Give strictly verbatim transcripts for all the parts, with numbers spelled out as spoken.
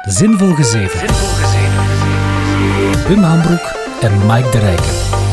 Zinvol Gezeven. Zinvol Gezeven. Wim Hambroek en Mike de Rijken.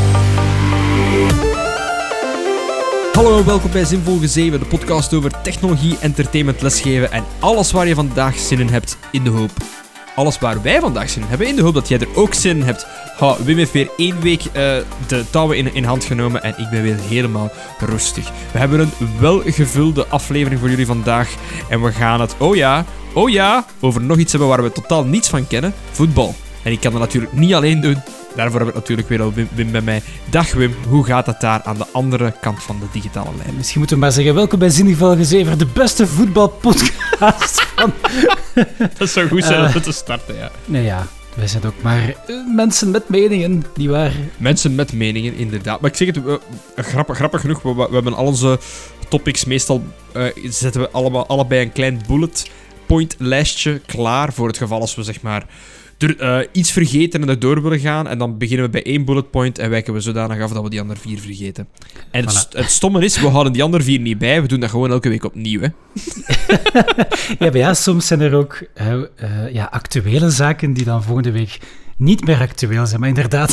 Hallo en welkom bij Zinvol Gezeven, de podcast over technologie, entertainment, lesgeven en alles waar je vandaag zin in hebt, in de hoop. Alles waar wij vandaag zin in hebben, in de hoop dat jij er ook zin in hebt. Ha, Wim heeft weer één week uh, de touwen in, in hand genomen en ik ben weer helemaal rustig. We hebben een welgevulde aflevering voor jullie vandaag en we gaan het, oh ja, oh ja, over nog iets hebben waar we totaal niets van kennen, voetbal. En ik kan dat natuurlijk niet alleen doen. Daarvoor heb ik natuurlijk weer al Wim, Wim bij mij. Dag Wim, hoe gaat het daar aan de andere kant van de digitale lijn? Misschien moeten we maar zeggen, welkom bij Zinvol Gezeven, de beste voetbalpodcast van... Dat zou goed zijn uh, om het te starten, ja. Nee, ja, wij zijn ook maar uh, mensen met meningen, nietwaar? Mensen met meningen, inderdaad. Maar ik zeg het, uh, grappig, grappig genoeg, we, we hebben al onze topics meestal... Uh, zetten we allemaal, allebei een klein bullet point lijstje klaar voor het geval als we, zeg maar... Er, uh, iets vergeten en erdoor willen gaan. En dan beginnen we bij één bullet point en wijken we zodanig af dat we die andere vier vergeten. En het, Voilà. het stomme is, we houden die andere vier niet bij. We doen dat gewoon elke week opnieuw, hè. Ja, maar ja, soms zijn er ook uh, uh, ja, actuele zaken die dan volgende week niet meer actueel zijn. Maar inderdaad,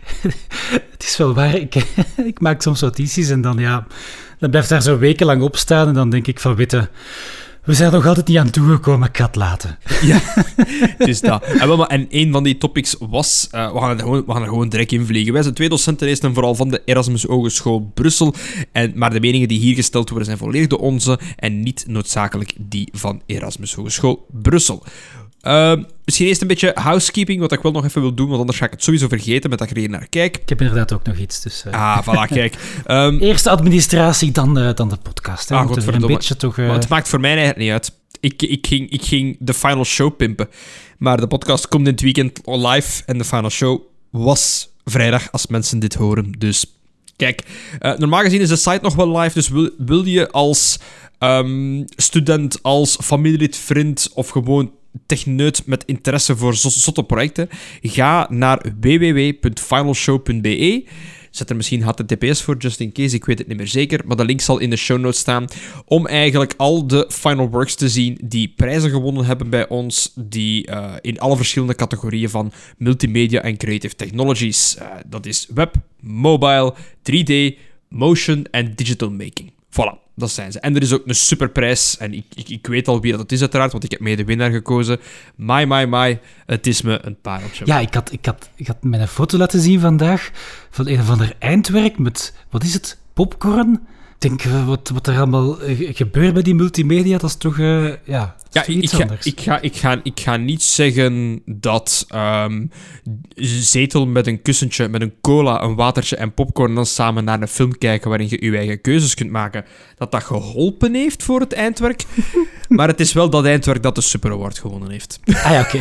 het is wel waar. Ik, ik maak soms notities en dan, ja, dan blijft daar zo wekenlang op staan. En dan denk ik van, witte... We zijn nog altijd niet aan toegekomen, ik ga het laten. Ja, het is dat. En, wel, maar, en een van die topics was... Uh, we, gaan er gewoon, we gaan er gewoon direct in vliegen. Wij zijn twee docenten eerst en vooral van de Erasmus Hogeschool Brussel. En, maar de meningen die hier gesteld worden zijn volledig de onze en niet noodzakelijk die van Erasmus Hogeschool Brussel. Uh, misschien eerst een beetje housekeeping, wat ik wel nog even wil doen, want anders ga ik het sowieso vergeten met dat ik er hier naar kijk. Ik heb inderdaad ook nog iets. Dus, uh... Ah, voilà, kijk. Um, Eerst de administratie, dan, uh, dan de podcast. Hè. Ah, Moeten we een beetje toch... Uh... Maar het maakt voor mij eigenlijk niet uit. Ik, ik, ging, ik ging de final show pimpen. Maar de podcast komt in het weekend live en de final show was vrijdag als mensen dit horen. Dus kijk, uh, normaal gezien is de site nog wel live, dus wil, wil je als um, student, als familielid, vriend of gewoon techneut met interesse voor zotte projecten, ga naar w w w punt final show punt b e. Zet er misschien H T T P S voor, just in case, ik weet het niet meer zeker, maar de link zal in de show notes staan, om eigenlijk al de final works te zien die prijzen gewonnen hebben bij ons, die uh, in alle verschillende categorieën van multimedia en creative technologies. Uh, dat is web, mobile, drie D, motion en digital making. Voilà. Dat zijn ze. En er is ook een superprijs. En ik, ik, ik weet al wie dat is uiteraard, want ik heb mee de winnaar gekozen. My, my, my. Het is me een pareltje. Ja, ik had, ik, had, ik had mij een foto laten zien vandaag van een of ander eindwerk met, wat is het, popcorn? Ik denk, wat, wat er allemaal gebeurt bij die multimedia, dat is toch, uh, ja, ja, iets ik ga, anders. Ik ga, ik, ga, ik ga niet zeggen dat um, zetel met een kussentje, met een cola, een watertje en popcorn dan samen naar een film kijken waarin je je eigen keuzes kunt maken, dat dat geholpen heeft voor het eindwerk. Maar het is wel dat eindwerk dat de Super Award gewonnen heeft. Ah ja, oké.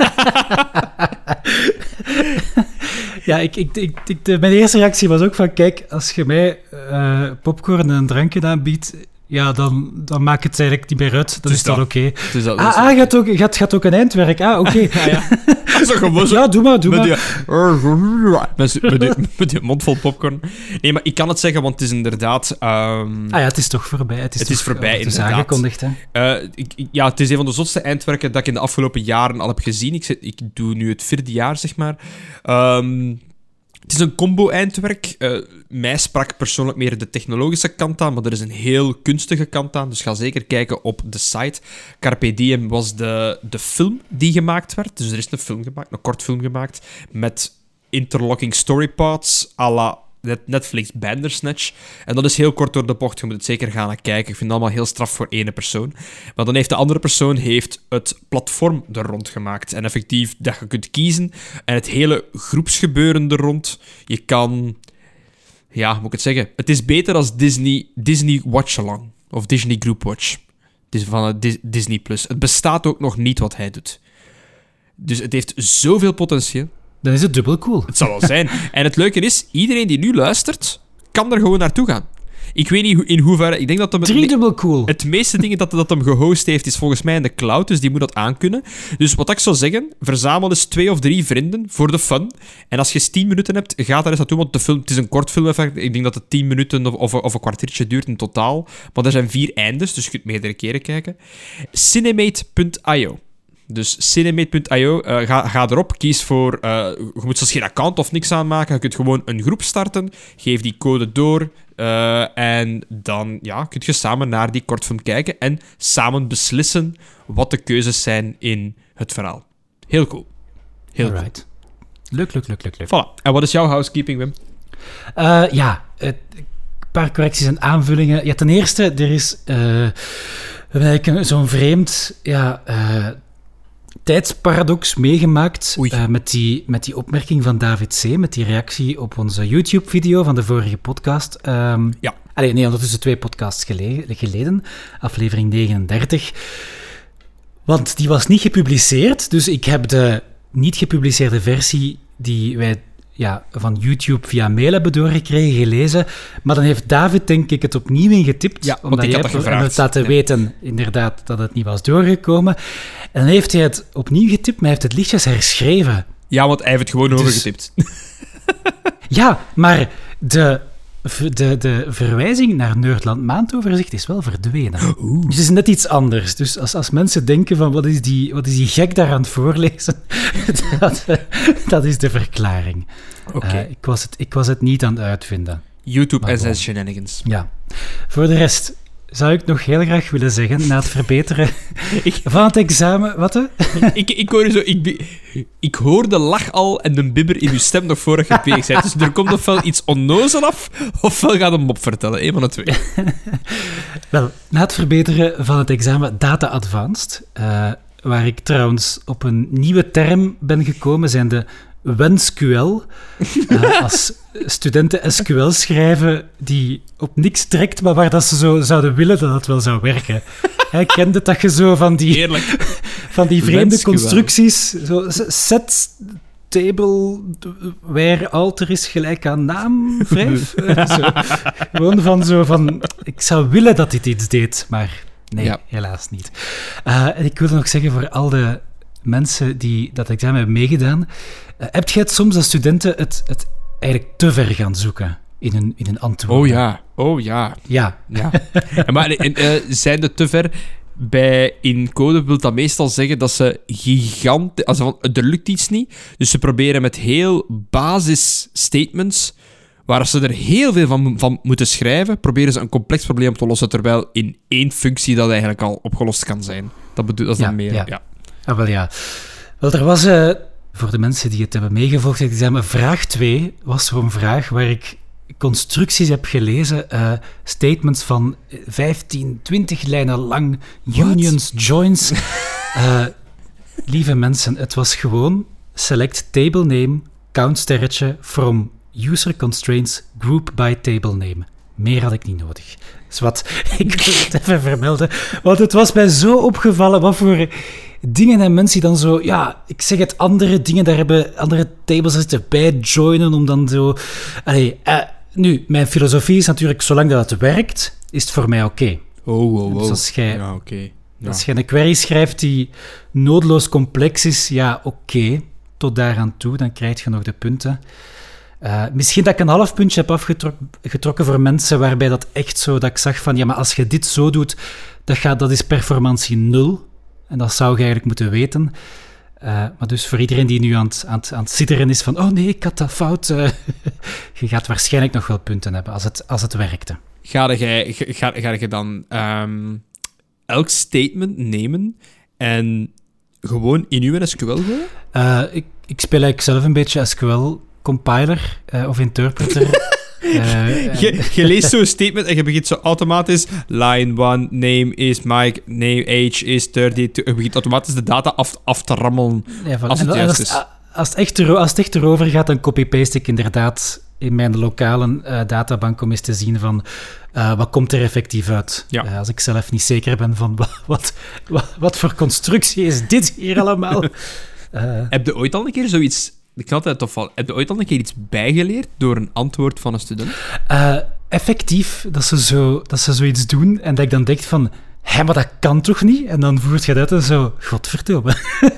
Okay. Ja, ik, ik, ik, ik, de, mijn eerste reactie was ook van, kijk, als je mij uh, popcorn en een drankje aanbiedt, ja, dan, dan maakt het eigenlijk niet meer uit. Dan is dat oké. Okay. Ah, ah gaat, ook, gaat, gaat ook een eindwerk. Ah, oké. Okay. Ja, ja. Ja, doe maar, doe met maar. Die, met, die, met die mond vol popcorn. Nee, maar ik kan het zeggen, want het is inderdaad... Um, ah ja, het is toch voorbij. Het is, het toch, is voorbij, het is inderdaad. aangekondigd, hè? Uh, ik, ja, het is een van de zotste eindwerken dat ik in de afgelopen jaren al heb gezien. Ik, zit, ik doe nu het vierde jaar, zeg maar. Um, Het is een combo-eindwerk. Uh, mij sprak persoonlijk meer de technologische kant aan, maar er is een heel kunstige kant aan, dus ga zeker kijken op de site. Carpe Diem was de, de film die gemaakt werd. Dus er is een film gemaakt, een kort film gemaakt, met interlocking storyparts à la Netflix Bandersnatch. En dat is heel kort door de bocht. Je moet het zeker gaan kijken. Ik vind het allemaal heel straf voor ene persoon. Maar dan heeft de andere persoon heeft het platform er rond gemaakt. En effectief dat je kunt kiezen. En het hele groepsgebeuren er rond. Je kan... Ja, hoe moet ik het zeggen? Het is beter als Disney, Disney Watch Along. Of Disney Group Watch. Het is van uh, Disney Plus. Het bestaat ook nog niet wat hij doet. Dus het heeft zoveel potentieel. Dan is het dubbel cool. Het zal wel zijn. En het leuke is, iedereen die nu luistert, kan er gewoon naartoe gaan. Ik weet niet in hoeverre... Ik denk dat hem het, Driedubbel cool. Het meeste dingen dat, dat hem gehost heeft, is volgens mij in de cloud, dus die moet dat aankunnen. Dus wat ik zou zeggen, verzamel eens twee of drie vrienden voor de fun. En als je eens tien minuten hebt, ga daar eens naartoe, want de film, het is een kort film. Ik denk dat het tien minuten of, of, of een kwartiertje duurt in totaal. Maar er zijn vier eindes, dus je kunt meerdere keren kijken. Cinemate punt i o. Dus cinemate punt io, uh, ga, ga erop, kies voor... Uh, je moet zelfs geen account of niks aanmaken. Je kunt gewoon een groep starten, geef die code door... Uh, en dan ja, kun je samen naar die kortfilm kijken en samen beslissen wat de keuzes zijn in het verhaal. Heel cool. Heel Alright. Cool. Leuk, leuk, leuk, leuk, leuk. Voilà. En wat is jouw housekeeping, Wim? Uh, ja, een paar correcties en aanvullingen. Ja, ten eerste, er is uh, zo'n vreemd ja, uh, tijdsparadox meegemaakt uh, met, die, met die opmerking van David C., met die reactie op onze YouTube-video van de vorige podcast. Um, ja. Allee, nee, ondertussen twee podcasts geleden, geleden, aflevering negenendertig. Want die was niet gepubliceerd, dus ik heb de niet gepubliceerde versie die wij ja, van YouTube via mail hebben doorgekregen, gelezen. Maar dan heeft David, denk ik, het opnieuw ingetipt. Ja, omdat ik jij had dat gevraagd. het laten ja. weten, inderdaad, dat het niet was doorgekomen. En dan heeft hij het opnieuw getipt, maar hij heeft het lichtjes herschreven. Ja, want hij heeft het gewoon dus... overgetipt. Ja, maar de... De, de verwijzing naar Nerdland Maandoverzicht is wel verdwenen. Oeh. Dus het is net iets anders. Dus als, als mensen denken van wat is, die, wat is die gek daar aan het voorlezen, dat, dat is de verklaring. Okay. Uh, ik, was het, ik was het niet aan het uitvinden. YouTube en zijn shenanigans. Ja. Voor de rest zou ik nog heel graag willen zeggen, na het verbeteren ik, van het examen... Wat, hè? ik, ik, hoor zo, ik, ik hoor de lach al en de bibber in uw stem nog voordat je bezig bent. Dus er komt ofwel iets onnozel af, ofwel gaat een mop vertellen. Eén van de twee. Wel, na het verbeteren van het examen Data Advanced, uh, waar ik trouwens op een nieuwe term ben gekomen, zijn de W E N S Q L. Uh, als studenten S Q L schrijven die op niks trekt, maar waar dat ze zo zouden willen dat het wel zou werken. Hij kende dat je zo van die, Heerlijk. van die vreemde constructies, zo set, table, where alter is gelijk aan naam, vijf. Zo. Gewoon van zo van, ik zou willen dat dit iets deed, maar nee, ja. helaas niet. Uh, en ik wilde nog zeggen voor al de mensen die dat examen hebben meegedaan, uh, heb jij het soms dat studenten het, het eigenlijk te ver gaan zoeken in hun, in hun antwoorden? Oh ja, oh ja. Ja. ja. Maar en, uh, zijn de te ver... Bij in code wil dat meestal zeggen dat ze gigantisch... Also, er lukt iets niet, dus ze proberen met heel basis statements, waar ze er heel veel van, van moeten schrijven, proberen ze een complex probleem op te lossen, terwijl in één functie dat eigenlijk al opgelost kan zijn. Dat, bedoel, dat is ja, dan meer... Ja. Ja. Ah, wel ja. Wel, er was... Uh, voor de mensen die het hebben meegevolgd, het examen, vraag twee was zo'n vraag waar ik constructies heb gelezen, uh, statements van vijftien, twintig lijnen lang, unions, What? joins. Uh, lieve mensen, het was gewoon select table name, count sterretje, from user constraints, group by table name. Meer had ik niet nodig. Dus wat, ik wil het even vermelden, want het was mij zo opgevallen wat voor dingen en mensen die dan zo, ja, ik zeg het, andere dingen, daar hebben andere tables erbij joinen om dan zo... Allee, uh, nu, mijn filosofie is natuurlijk, zolang dat het werkt, is het voor mij oké. Okay. Oh, oh, oh. Dus als jij, ja, okay. ja. als jij een query schrijft die noodloos complex is, ja, oké, okay, tot daaraan toe, dan krijg je nog de punten. Uh, misschien dat ik een half puntje heb afgetrokken voor mensen waarbij dat echt zo, dat ik zag van, ja, maar als je dit zo doet, dat, gaat, dat is performantie nul. En dat zou je eigenlijk moeten weten. Uh, maar dus voor iedereen die nu aan het, aan het, aan het sidderen is van, oh nee, ik had dat fout. Uh, je gaat waarschijnlijk nog wel punten hebben als het, als het werkte. Ga je, ga, ga je dan um, elk statement nemen en gewoon in uw S Q L gooien? Uh, ik, ik speel eigenlijk zelf een beetje S Q L-compiler uh, of interpreter. Uh, je, je leest zo'n statement en je begint zo automatisch line one, name is Mike, name age is dertig. Je begint automatisch de data af, af te rammelen ja, als het juist is. Als, als, het echt er, als het echt erover gaat, dan copy-paste ik inderdaad in mijn lokale uh, databank om eens te zien van uh, wat komt er effectief uit. Ja. Uh, als ik zelf niet zeker ben van wat, wat, wat, wat voor constructie is dit hier allemaal. Uh, Heb je ooit al een keer zoiets... Ik kan altijd tof vallen. Heb je ooit al een keer iets bijgeleerd door een antwoord van een student? Uh, effectief, dat ze, zo, dat ze zoiets doen en dat ik dan denk van, hé, maar dat kan toch niet? En dan voert je het uit en zo, godverdomme.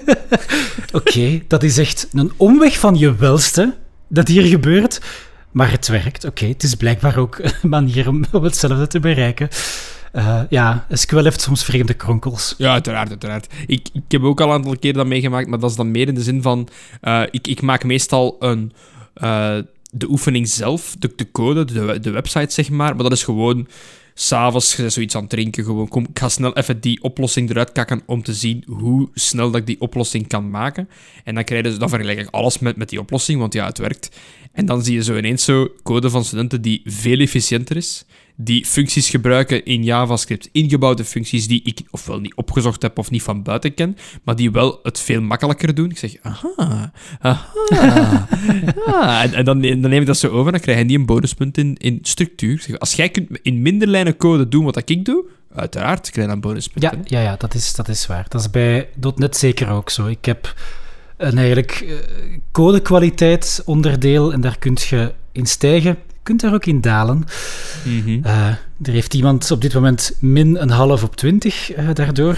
Oké, okay, dat is echt een omweg van je welste dat hier gebeurt, maar het werkt. Oké, okay, het is blijkbaar ook een manier om, om hetzelfde te bereiken. Uh, ja, S Q L heeft soms vreemde kronkels. Ja, uiteraard, uiteraard. Ik, ik heb ook al een aantal keer dat meegemaakt, maar dat is dan meer in de zin van... Uh, ik, ik maak meestal een... Uh, de oefening zelf, de, de code, de, de website, zeg maar. Maar dat is gewoon... S'avonds, je bent zoiets aan het drinken, gewoon... Kom, ik ga snel even die oplossing eruit kakken om te zien hoe snel dat ik die oplossing kan maken. En dan krijg je... Dan vergelijk ik alles met, met die oplossing, want ja, het werkt. En dan zie je zo ineens zo code van studenten die veel efficiënter is. Die functies gebruiken in JavaScript. Ingebouwde functies die ik ofwel niet opgezocht heb of niet van buiten ken, maar die wel het veel makkelijker doen. Ik zeg, aha, aha. ah. En, en dan, dan neem ik dat zo over en dan krijgen die een bonuspunt in, in structuur. Ik zeg, als jij kunt in minder lijnen code doen wat ik doe, uiteraard krijg je dan bonuspunten. Ja, ja, ja dat, is, dat is waar. Dat is bij .dot net zeker ook zo. Ik heb een eigenlijk uh, codekwaliteit onderdeel en daar kun je in stijgen. Je kunt daar ook in dalen. Mm-hmm. Uh, er heeft iemand op dit moment min een half op twintig uh, daardoor.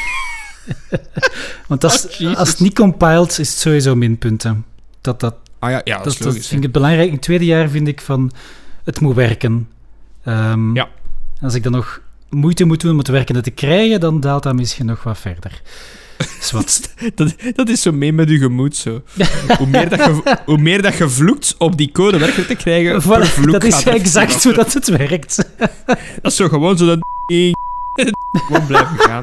Want als, oh, als het niet compiled, is het sowieso minpunten. Dat, dat, ah ja, ja, dat, dat is logisch. Dat vind ik het belangrijk. In het tweede jaar vind ik van, het moet werken. Um, ja. Als ik dan nog moeite moet doen om het werkende te krijgen, dan daalt dat misschien nog wat verder. Wat? dat, dat is zo mee met je gemoed, zo. Hoe meer dat je, hoe meer dat je vloekt om die code werken te krijgen, voilà, dat is exact hoe dat het werkt. Dat is zo gewoon zo dat gewoon blijven gaan.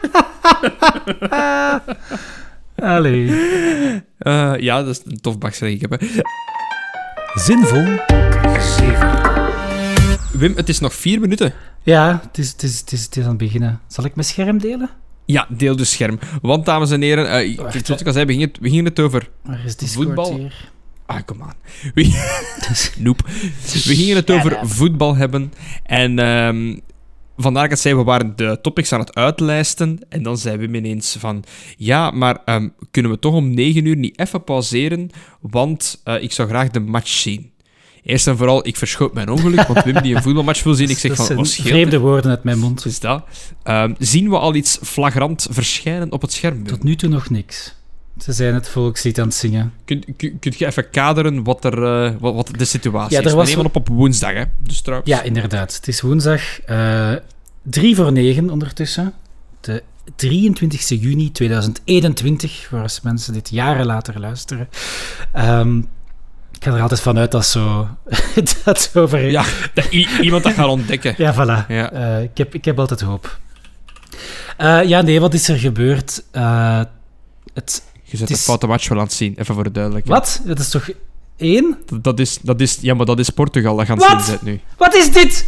Allee. Uh, ja, dat is een tof bakje dat ik heb. Hè. Zinvol. Zeven. Wim, het is nog vier minuten. Ja, het is, het is, het is, het is aan het beginnen. Zal ik mijn scherm delen? Ja, deel dus scherm. Want, dames en heren, uh, Wacht, zoals ik al zei, we gingen het, we gingen het over Waar is Discord voetbal. Hier? Ah, kom aan. We... Noep. We gingen het over voetbal hebben. En um, vandaar dat ik het zei, we waren de topics aan het uitlijsten. En dan zei Wim ineens van... Ja, maar um, kunnen we toch om negen uur niet even pauzeren? Want uh, ik zou graag de match zien. Eerst en vooral, ik verschoot mijn ongeluk, want Wim die een voetbalmatch wil zien, ik zeg van, wat scheelt er? Vreemde woorden uit mijn mond. Is dat. Um, zien we al iets flagrant verschijnen op het scherm? Wim? Tot nu toe nog niks. Ze zijn het volkslied aan het zingen. Kun, kun, kun je even kaderen wat, er, uh, wat, wat de situatie ja, is? We was nemen op op woensdag, hè? Dus trouwens. Ja, inderdaad. Het is woensdag, uh, drie voor negen ondertussen. De drieëntwintigste juni tweeduizend eenentwintig, voor als mensen dit jaren later luisteren. Um, Ik ga er altijd vanuit dat zo... dat over... Ja, dat i- iemand dat gaat ontdekken. Ja, voilà. Ja. Uh, ik, heb, ik heb altijd hoop. Uh, ja, nee, wat is er gebeurd? Uh, het, Je zet het een foute match wel aan het zien, even voor de duidelijkheid. Wat? Dat is toch één? Dat, dat, is, dat is... Ja, maar dat is Portugal, dat gaan wat? zien nu. Wat is dit?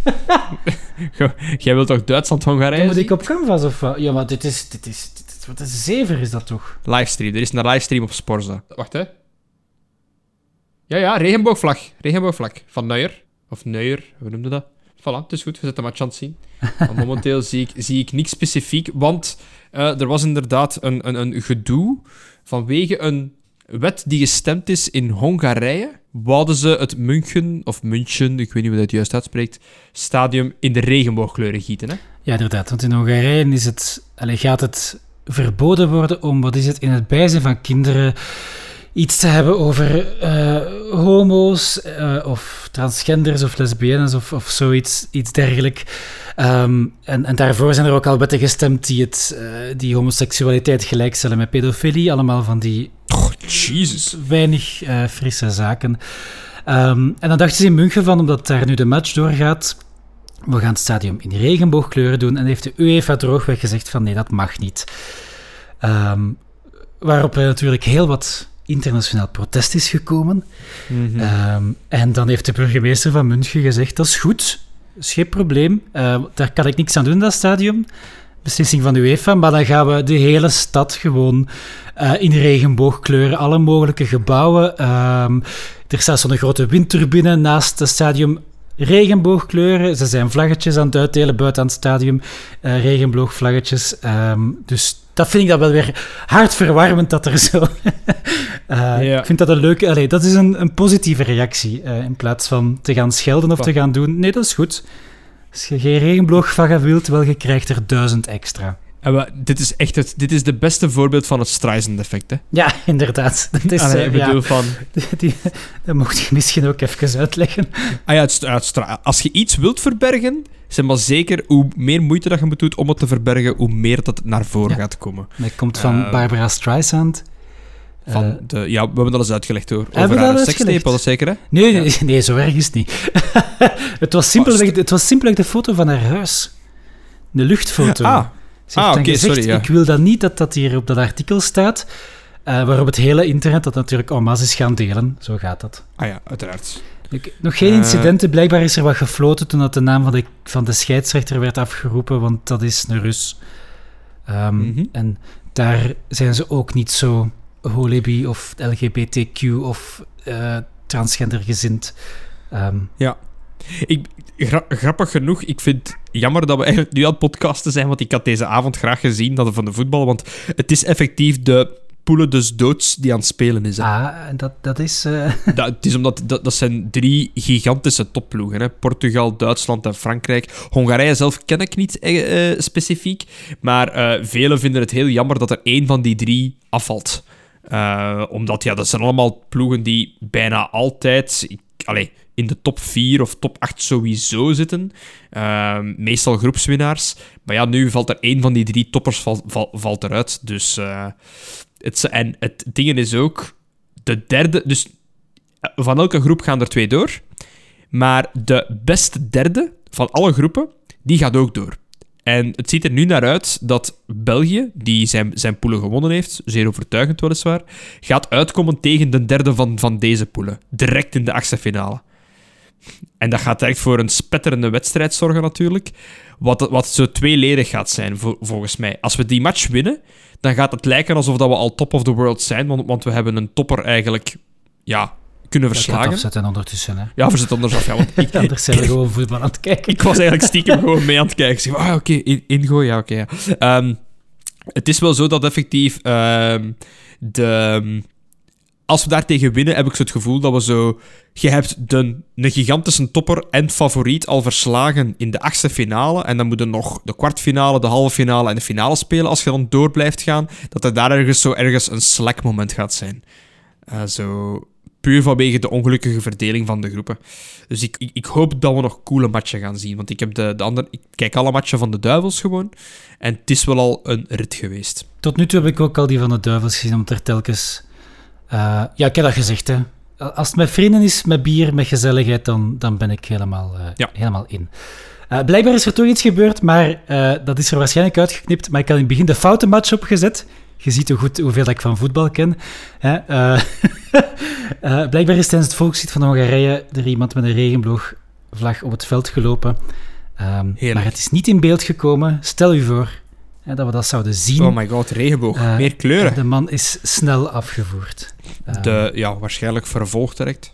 Jij wilt toch Duitsland-Hongarije moet zien? ik op Canvas of wat? Ja, maar dit is... Dit is, dit is wat een zever is dat toch? Livestream. Er is een livestream op Sporza. Wacht, hè. Ja, ja, regenboogvlag. Regenboogvlag. Van Neuer. Of Neuer, hoe noemde dat? Voilà, het is goed. We zitten match aan het zien. Maar momenteel zie ik, zie ik niks specifiek, want uh, er was inderdaad een, een, een gedoe vanwege een wet die gestemd is in Hongarije. Wouden ze het München, of München, ik weet niet hoe dat het juist uitspreekt, stadium in de regenboogkleuren gieten, hè? Ja, inderdaad. Want in Hongarije is het, allez, gaat het verboden worden om, wat is het, in het bijzijn van kinderen iets te hebben over uh, homo's uh, of transgenders of lesbiennes of, of zoiets iets dergelijks. Um, en, en daarvoor zijn er ook al wetten gestemd die, het, uh, die homoseksualiteit gelijkstellen met pedofilie. Allemaal van die oh, Jesus. weinig uh, frisse zaken. Um, en dan dachten ze in München van, omdat daar nu de match doorgaat, we gaan het stadium in regenboogkleuren doen. En heeft de UEFA droogweg gezegd van nee, dat mag niet. Um, waarop er natuurlijk heel wat internationaal protest is gekomen. Mm-hmm. Um, en dan heeft de burgemeester van München gezegd, dat is goed, dat is geen probleem. Uh, daar kan ik niks aan doen in dat stadium. Beslissing van de UEFA, maar dan gaan we de hele stad gewoon uh, in regenboogkleuren, alle mogelijke gebouwen. Um, er staat zo'n grote windturbine naast het stadium, regenboogkleuren. Ze zijn vlaggetjes aan het uitdelen buiten aan het stadium, uh, regenboogvlaggetjes. Um, dus dat vind ik dan wel weer hartverwarmend dat er zo... uh, ja. Ik vind dat een leuke... Allee, dat is een, een positieve reactie. Uh, in plaats van te gaan schelden of Wat? te gaan doen. Nee, dat is goed. Als je geen regenboogvlaggen wilt, wel, je krijgt er duizend extra. En we, dit is echt het, dit is de beste voorbeeld van het Streisand-effect, hè? Ja, inderdaad. Dat is, Allee, ik uh, bedoel ja, van... die, die, dat mocht je misschien ook even uitleggen. Ah ja, het, het, als je iets wilt verbergen, zeg maar zeker, hoe meer moeite dat je moet doen om het te verbergen, hoe meer dat het naar voren ja. gaat komen. Dat komt van uh, Barbara Streisand. Van uh, de, ja, we hebben dat eens uitgelegd hoor. Over haar sekstape, dat zeker, hè? Nee, nee, ja. nee, zo erg is het niet. het, was simpelweg, het was simpelweg de foto van haar huis. Een luchtfoto. Ah, Ze ah oké, okay, sorry. Ja. Ik wil dan niet dat dat hier op dat artikel staat, uh, waarop het hele internet dat natuurlijk en masse is gaan delen. Zo gaat dat. Ah ja, uiteraard. Ik, nog geen incidenten. Uh, Blijkbaar is er wat gefloten toen dat de naam van de, van de scheidsrechter werd afgeroepen, want dat is een Rus. Um, mm-hmm. En daar zijn ze ook niet zo holebi of L G B T Q of uh, transgendergezind. Um, ja. Ik, gra- grappig genoeg, ik vind het jammer dat we eigenlijk nu aan het podcasten zijn, want ik had deze avond graag gezien dat van de voetbal, want het is effectief de poelen dus doods die aan het spelen is. Hè. Ah, dat, dat is... Uh... Dat, het is omdat dat, dat zijn drie gigantische topploegen. Hè. Portugal, Duitsland en Frankrijk. Hongarije zelf ken ik niet uh, specifiek, maar uh, velen vinden het heel jammer dat er één van die drie afvalt. Uh, omdat, ja, dat zijn allemaal ploegen die bijna altijd... Ik, allez, in de top vier of top acht sowieso zitten. Uh, meestal groepswinnaars. Maar ja, nu valt er één van die drie toppers val, val, valt eruit. Dus... Uh, het, en het ding is ook... De derde... Dus van elke groep gaan er twee door. Maar de beste derde van alle groepen, die gaat ook door. En het ziet er nu naar uit dat België, die zijn, zijn poelen gewonnen heeft, zeer overtuigend weliswaar, gaat uitkomen tegen de derde van, van deze poelen. Direct in de achtste finale. En dat gaat direct voor een spetterende wedstrijd zorgen natuurlijk. Wat, wat zo tweeledig gaat zijn, vo, volgens mij. Als we die match winnen, dan gaat het lijken alsof dat we al top of the world zijn, want, want we hebben een topper eigenlijk ja, kunnen verslagen. Ik afzetten ondertussen, hè. Ja, verzet anders af. Ja, want ik, anders zijn we gewoon voetbal aan het kijken. Ik was eigenlijk stiekem gewoon mee aan het kijken. Ik zeg, ah, oké, okay, in, ingooi, ja, oké. Okay, ja. um, het is wel zo dat effectief um, de... Als we daartegen winnen, heb ik zo het gevoel dat we zo... Je hebt de, een gigantische topper en favoriet al verslagen in de achtste finale. En dan moeten nog de kwartfinale, de halve finale en de finale spelen. Als je dan door blijft gaan, dat er daar ergens zo ergens een slack moment gaat zijn. Uh, zo... Puur vanwege de ongelukkige verdeling van de groepen. Dus ik, ik, ik hoop dat we nog coole matchen gaan zien. Want ik, heb de, de andere, ik kijk alle matchen van de Duivels gewoon. En het is wel al een rit geweest. Tot nu toe heb ik ook al die van de Duivels gezien, omdat er telkens... Uh, ja, ik heb dat gezegd, hè. Als het met vrienden is, met bier, met gezelligheid, dan, dan ben ik helemaal, uh, ja. helemaal in. Uh, blijkbaar is er toch iets gebeurd, maar uh, dat is er waarschijnlijk uitgeknipt. Maar ik had in het begin de foute match opgezet. Je ziet hoe goed, hoeveel ik van voetbal ken. Hè? Uh, uh, blijkbaar is tijdens het volkslied van Hongarije er iemand met een regenboogvlag op het veld gelopen. Um, maar het is niet in beeld gekomen. Stel u voor hè, dat we dat zouden zien. Oh my god, regenboog. Uh, Meer kleuren. De man is snel afgevoerd. Um, de, ja, waarschijnlijk vervolgd direct.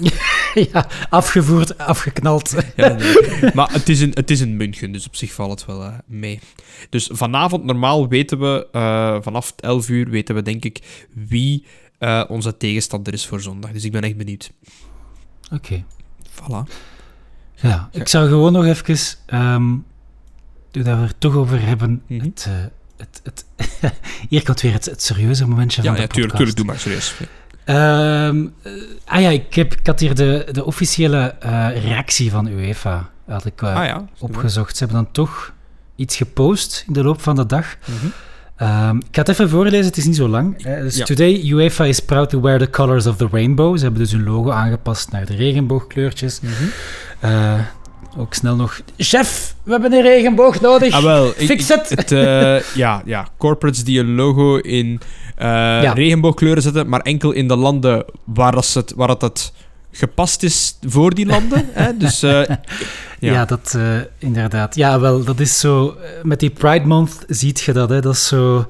ja, afgevoerd, afgeknald. ja, nee. Maar het is, een, het is een München, dus op zich valt het wel uh, mee. Dus vanavond normaal weten we, uh, vanaf elf uur weten we denk ik wie uh, onze tegenstander is voor zondag. Dus ik ben echt benieuwd. Oké. Okay. Voilà. Ja, ik zou gewoon nog even, um, nu dat we er toch over hebben, mm-hmm. het... Uh, Het, het hier komt weer het, het serieuze momentje ja, van de ja, podcast. Ja, tuurlijk, doe maar serieus. Um, uh, ah ja, ik, heb, ik had hier de, de officiële uh, reactie van UEFA had ik, uh, ah, ja, opgezocht. Ze hebben dan toch iets gepost in de loop van de dag. Mm-hmm. Um, ik ga het even voorlezen, het is niet zo lang. Uh, dus ja. Today, UEFA is proud to wear the colors of the rainbow. Ze hebben dus hun logo aangepast naar de regenboogkleurtjes. Mm-hmm. Uh, Ook snel nog... Chef, we hebben een regenboog nodig. Ah, wel. Fix ik, het. het uh, ja, ja, corporates die een logo in uh, ja. regenboogkleuren zetten, maar enkel in de landen waar, dat het, waar het, het gepast is voor die landen. Hè? Dus, uh, ja. ja, dat uh, inderdaad. Ja, wel, dat is zo... Uh, met die Pride Month ziet je dat, hè. Dat is zo...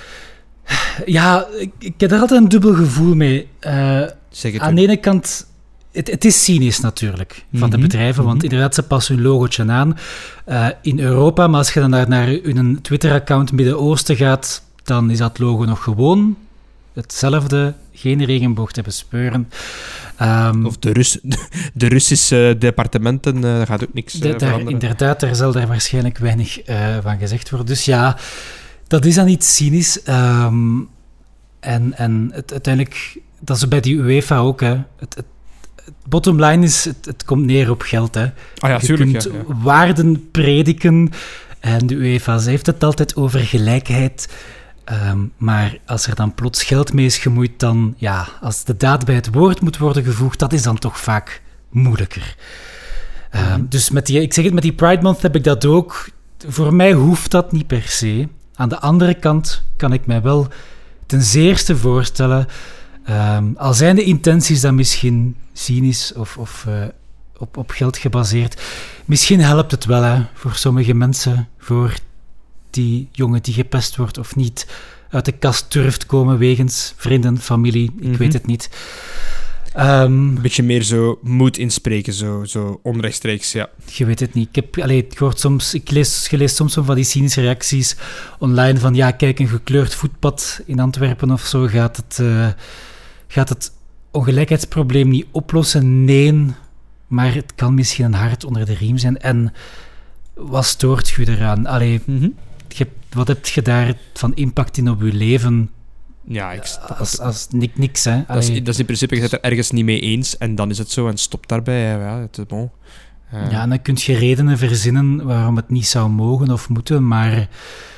Ja, ik, ik heb er altijd een dubbel gevoel mee. Uh, zeg het aan de ene kant... Het, het is cynisch natuurlijk, van mm-hmm. de bedrijven, want mm-hmm. inderdaad, ze passen hun logootje aan uh, in Europa, maar als je dan naar, naar hun Twitter-account Midden-Oosten gaat, dan is dat logo nog gewoon hetzelfde, geen regenboog te bespeuren. Um, of de, Rus- de Russische departementen, uh, daar gaat ook niks uh, de, daar, veranderen. Inderdaad, daar zal daar waarschijnlijk weinig uh, van gezegd worden. Dus ja, dat is dan iets cynisch. Um, en en het, uiteindelijk, dat is bij die UEFA ook. Hè. Het, het, het bottom line is, het, het komt neer op geld. Hè. Ah ja, Je tuurlijk, kunt ja, ja. waarden prediken. En de UEFA heeft het altijd over gelijkheid. Um, maar als er dan plots geld mee is gemoeid, dan, ja, als de daad bij het woord moet worden gevoegd, dat is dan toch vaak moeilijker. Um, mm-hmm. Dus met die, ik zeg het, met die Pride Month heb ik dat ook. Voor mij hoeft dat niet per se. Aan de andere kant kan ik mij wel ten zeerste voorstellen, um, al zijn de intenties dan misschien cynisch of, of uh, op, op geld gebaseerd, misschien helpt het wel hè, voor sommige mensen, voor die jongen die gepest wordt of niet uit de kast durft komen wegens vrienden, familie, ik mm-hmm. weet het niet. Um, Een beetje meer zo moed inspreken, zo, zo onrechtstreeks, ja. Je weet het niet. Ik heb, allee, ik hoor soms, ik lees, je leest soms van die cynische reacties online van, ja, kijk, een gekleurd voetpad in Antwerpen of zo, gaat het, uh, gaat het ongelijkheidsprobleem niet oplossen? Nee, maar het kan misschien een hart onder de riem zijn. En wat stoort je eraan? Allee, mm-hmm. je, wat heb je daar van impact in op je leven? Ja, ik snap als, het. als niks, hè. Dat is, dat is in principe, je bent er ergens niet mee eens en dan is het zo en stopt daarbij. Ja, het is bon. Uh. Ja, en dan kun je redenen verzinnen waarom het niet zou mogen of moeten, maar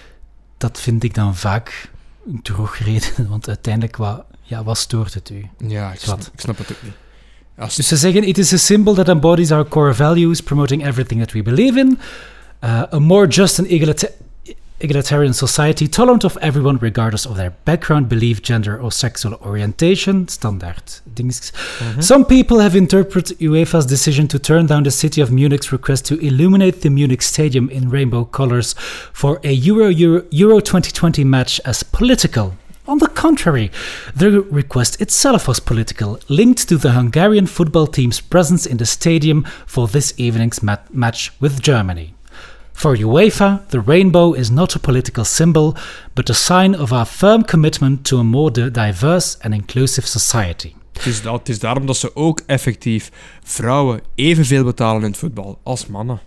dat vind ik dan vaak een drogreden, want uiteindelijk, wat, ja, wat stoort het u? Ja, ik snap, ik snap het ook niet. Als... Dus ze zeggen, it is a symbol that embodies our core values, promoting everything that we believe in, uh, a more just and egalita- egalitarian society, tolerant of everyone regardless of their background, belief, gender or sexual orientation. Standaard dingetjes. Mm-hmm. Some people have interpreted UEFA's decision to turn down the city of Munich's request to illuminate the Munich stadium in rainbow colors for a Euro, Euro, Euro twenty twenty match as political. On the contrary, the request itself was political, linked to the Hungarian football team's presence in the stadium for this evening's mat- match with Germany. For UEFA, the rainbow is not a political symbol, but a sign of our firm commitment to a more diverse and inclusive society. Het is, dat, het is daarom dat ze ook effectief vrouwen evenveel betalen in het voetbal als mannen.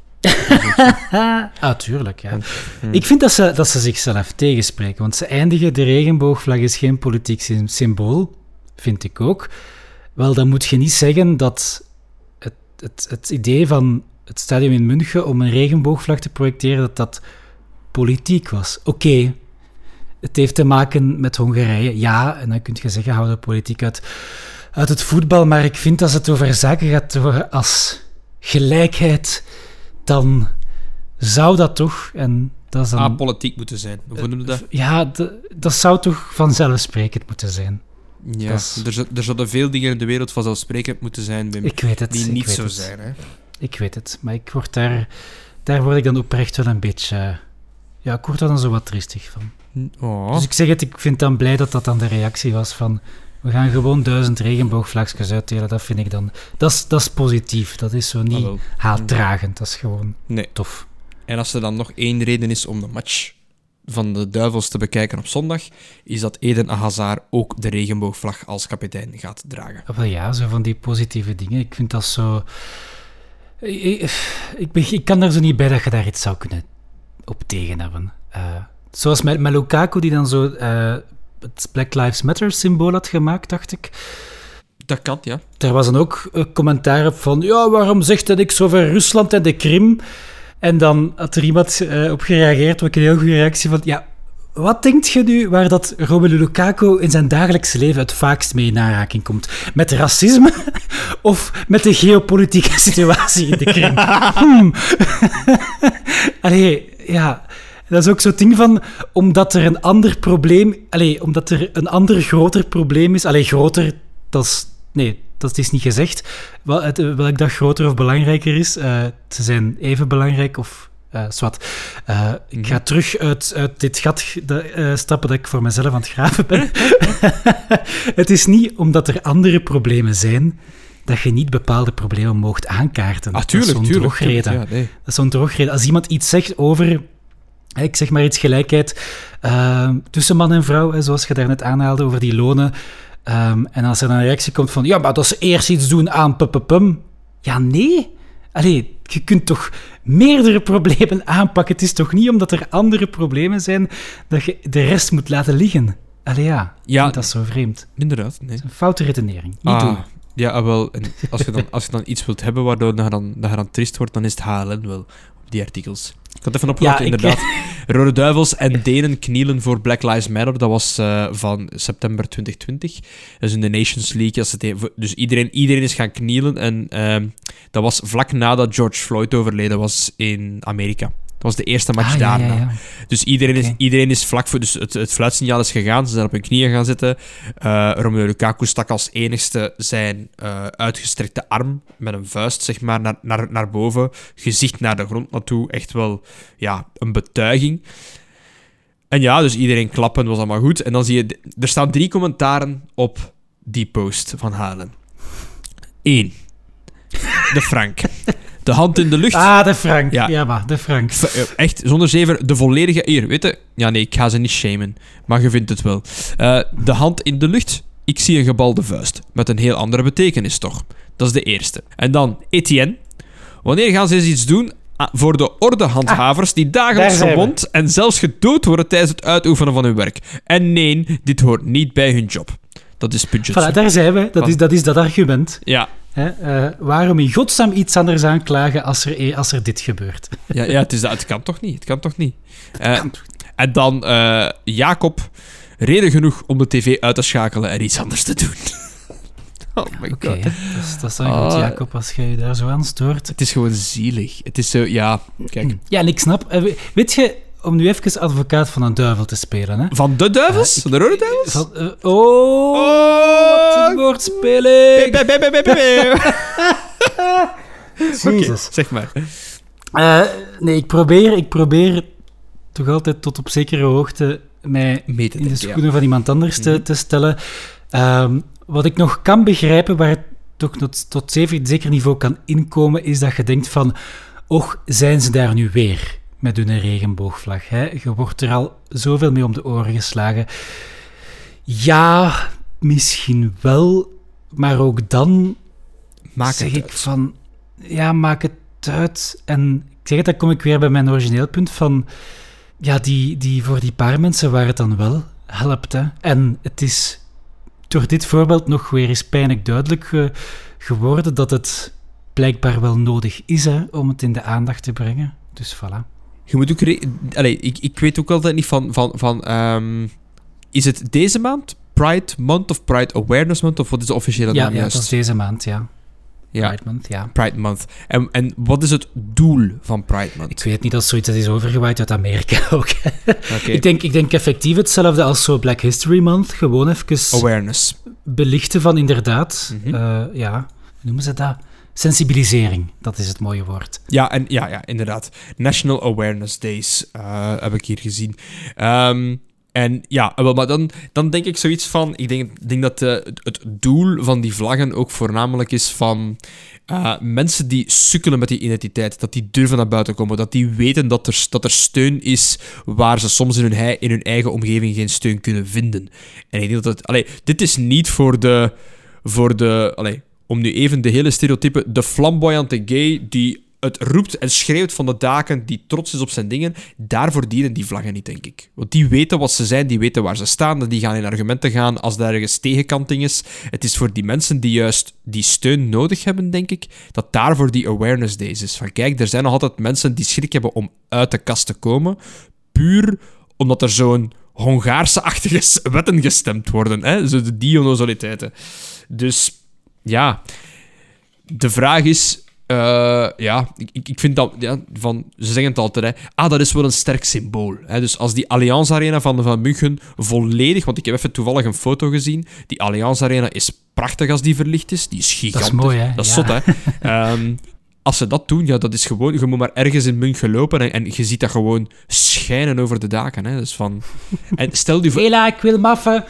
Ah, tuurlijk, ja. Hmm. Ik vind dat ze, dat ze zichzelf tegenspreken, want ze eindigen, de regenboogvlag is geen politiek symbool, vind ik ook. Wel, dan moet je niet zeggen dat het, het, het idee van het stadion in München om een regenboogvlag te projecteren, dat dat politiek was. Oké, okay, het heeft te maken met Hongarije, ja, en dan kun je zeggen, hou de politiek uit, uit het voetbal, maar ik vind als het over zaken gaat als gelijkheid, dan zou dat toch, en dat is dan... apolitiek moeten zijn, hoe noemen we dat? Ja, de, dat zou toch vanzelfsprekend moeten zijn. Ja, is... er, er zouden veel dingen in de wereld vanzelfsprekend moeten zijn, Wim, ik weet het, die niet zo het. zijn. Hè? Ik weet het, maar ik word daar, daar word ik dan oprecht wel een beetje... Ja, ik word daar dan zo wat triestig van. Oh. Dus ik zeg het, ik vind dan blij dat dat dan de reactie was van... We gaan gewoon duizend regenboogvlagjes uitdelen, dat vind ik dan... Dat is, dat is positief, dat is zo niet haatdragend, dat is gewoon nee. tof. En als er dan nog één reden is om de match van de Duivels te bekijken op zondag, is dat Eden Hazard ook de regenboogvlag als kapitein gaat dragen. Wel ja, zo van die positieve dingen. Ik vind dat zo... Ik, ik, ben, ik kan daar zo niet bij dat je daar iets zou kunnen op tegen hebben. Uh, zoals met, met Lukaku, die dan zo uh, het Black Lives Matter symbool had gemaakt, dacht ik. Dat kan, ja. Er was dan ook een commentaar op van, ja, waarom zegt dat ik over Rusland en de Krim? En dan had er iemand uh, op gereageerd, wat een heel goede reactie van, ja, wat denkt je nu waar dat Romelu Lukaku in zijn dagelijks leven het vaakst mee in aanraking komt? Met racisme of met de geopolitieke situatie in de Krim? Hmm. Allee, ja, dat is ook zo'n ding van, omdat er een ander probleem, allee, omdat er een ander groter probleem is, allee, groter, dat is, nee, dat is niet gezegd, wel, het, welk dat groter of belangrijker is. Uh, ze zijn even belangrijk of... Uh, zwart. Uh, ik ga terug uit, uit dit gat de, uh, stappen dat ik voor mezelf aan het graven ben. Het is niet omdat er andere problemen zijn dat je niet bepaalde problemen moogt aankaarten. Ah, tuurlijk, dat is zo'n tuurlijk, drogreden. tuurlijk, ja, nee. Dat is zo'n drogreden. Als iemand iets zegt over... Ik zeg maar iets gelijkheid uh, tussen man en vrouw, hè, zoals je daarnet aanhaalde over die lonen. Um, en als er dan een reactie komt van, ja, maar dat is eerst iets doen aan pum. Ja, nee. Allee, je kunt toch meerdere problemen aanpakken. Het is toch niet omdat er andere problemen zijn dat je de rest moet laten liggen. Allee, ja. Ja, dat is zo vreemd. Inderdaad, nee. Dat is een foute redenering. Niet ah, doen. Ja, wel. En als, je dan, als je dan iets wilt hebben waardoor je dan, dat je dan triest wordt, dan is het H L N wel op die artikels. Ik had even opgezocht, ja, inderdaad. Ik... Rode Duivels en Denen knielen voor Black Lives Matter. Dat was uh, van september twintig twintig. Dat is in de Nations League. Als het, dus iedereen, iedereen is gaan knielen. En uh, dat was vlak nadat George Floyd overleden was in Amerika. Dat was de eerste match ah, daarna. Ja, ja, ja. Dus iedereen, okay. is, iedereen is vlak voor... Dus het, het fluitsignaal is gegaan. Ze zijn op hun knieën gaan zitten. Uh, Romelu Lukaku stak als enigste zijn uh, uitgestrekte arm met een vuist, zeg maar, naar, naar, naar boven. Gezicht naar de grond naartoe. Echt wel, ja, een betuiging. En ja, dus iedereen klappen, was allemaal goed. En dan zie je... Er staan drie commentaren op die post van Halen. Eén. De Frank. De hand in de lucht. Ah, de Frank. Ja, ja maar de Frank. Echt, zonder zever, de volledige... Hier, weet je... Ja, nee, ik ga ze niet shamen. Maar je vindt het wel. Uh, de hand in de lucht. Ik zie een gebalde vuist. Met een heel andere betekenis, toch? Dat is de eerste. En dan Etienne. Wanneer gaan ze eens iets doen voor de ordehandhavers ah, die dagelijks gewond en zelfs gedood worden tijdens het uitoefenen van hun werk? En nee, dit hoort niet bij hun job. Dat is puntje. Voilà, daar zijn we. Dat is, dat is dat argument. Ja. Hè, uh, waarom in godsnaam iets anders aanklagen als er, als er dit gebeurt? Ja, ja het, is, het kan toch niet? Het kan toch niet? Uh, en dan uh, Jacob. Reden genoeg om de tv uit te schakelen en iets anders te doen. Oh my god. Okay, dat, is, dat is dan uh, goed, Jacob, als je je daar zo aan stoort. Het is gewoon zielig. Het is zo, ja, kijk. Ja, en ik snap... Uh, weet je... Om nu even advocaat van een duivel te spelen. Hè? Van de duivels? Uh, ik, van de rode duivels? Van, uh, oh, oh, wat een woordspeling. Jezus. Okay, zeg maar. Uh, nee, ik probeer, ik probeer toch altijd tot op zekere hoogte mij in de schoenen ja. van iemand anders te, mm-hmm. te stellen. Um, wat ik nog kan begrijpen, waar het toch tot, tot zeker niveau kan inkomen, is dat je denkt van, och, zijn ze daar nu weer? Met hun regenboogvlag. Hè? Je wordt er al zoveel mee om de oren geslagen. Ja, misschien wel, maar ook dan maak zeg het ik uit. van... Ja, maak het uit. En ik zeg het, dan kom ik weer bij mijn origineel punt van... Ja, die, die, voor die paar mensen waar het dan wel helpt. Hè? En het is door dit voorbeeld nog weer eens pijnlijk duidelijk ge, geworden dat het blijkbaar wel nodig is, hè, om het in de aandacht te brengen. Dus voilà. Je moet ook... Re- Allee, ik, ik weet ook altijd niet van... van, van um, is het deze maand? Pride Month of Pride Awareness Month? Of wat is de officiële ja, naam ja, juist? Ja, dat is deze maand, ja. ja. Pride Month, ja. Pride Month. En, en wat is het doel van Pride Month? Ik weet niet, dat zoiets dat is overgewaaid uit Amerika ook. Okay. ik, denk, ik denk effectief hetzelfde als zo Black History Month. Gewoon even... Awareness. Belichten van inderdaad... Mm-hmm. Uh, ja, hoe noemen ze dat? Sensibilisering, dat is het mooie woord. Ja, en, ja, ja inderdaad. National Awareness Days uh, heb ik hier gezien. Um, en ja, maar dan, dan denk ik zoiets van... Ik denk, denk dat uh, het doel van die vlaggen ook voornamelijk is van... Uh, mensen die sukkelen met die identiteit, dat die durven naar buiten komen, dat die weten dat er, dat er steun is waar ze soms in hun, hei, in hun eigen omgeving geen steun kunnen vinden. En ik denk dat het... Allee, dit is niet voor de... Voor de allee, om nu even de hele stereotype, de flamboyante gay die het roept en schreeuwt van de daken, die trots is op zijn dingen, daarvoor dienen die vlaggen niet, denk ik. Want die weten wat ze zijn, die weten waar ze staan, en die gaan in argumenten gaan als daar ergens tegenkanting is. Het is voor die mensen die juist die steun nodig hebben, denk ik, dat daarvoor die awareness days is. Van kijk, er zijn nog altijd mensen die schrik hebben om uit de kast te komen, puur omdat er zo'n Hongaarse-achtige wetten gestemd worden. Hè? Zo de die onnozeliteiten. Dus... Ja, de vraag is... Uh, ja, ik, ik vind dat... Ja, van, ze zeggen het altijd, hè. Ah, dat is wel een sterk symbool. Hè. Dus als die Allianz Arena van, van München volledig... Want ik heb even toevallig een foto gezien. Die Allianz Arena is prachtig als die verlicht is. Die is gigantisch. Dat is mooi, hè? Dat is ja. zot, hè. Um, als ze dat doen, ja, dat is gewoon... Je moet maar ergens in München lopen en, en je ziet dat gewoon schijnen over de daken. Hè. Dus van... En stel je voor... Hela, ik wil maffen.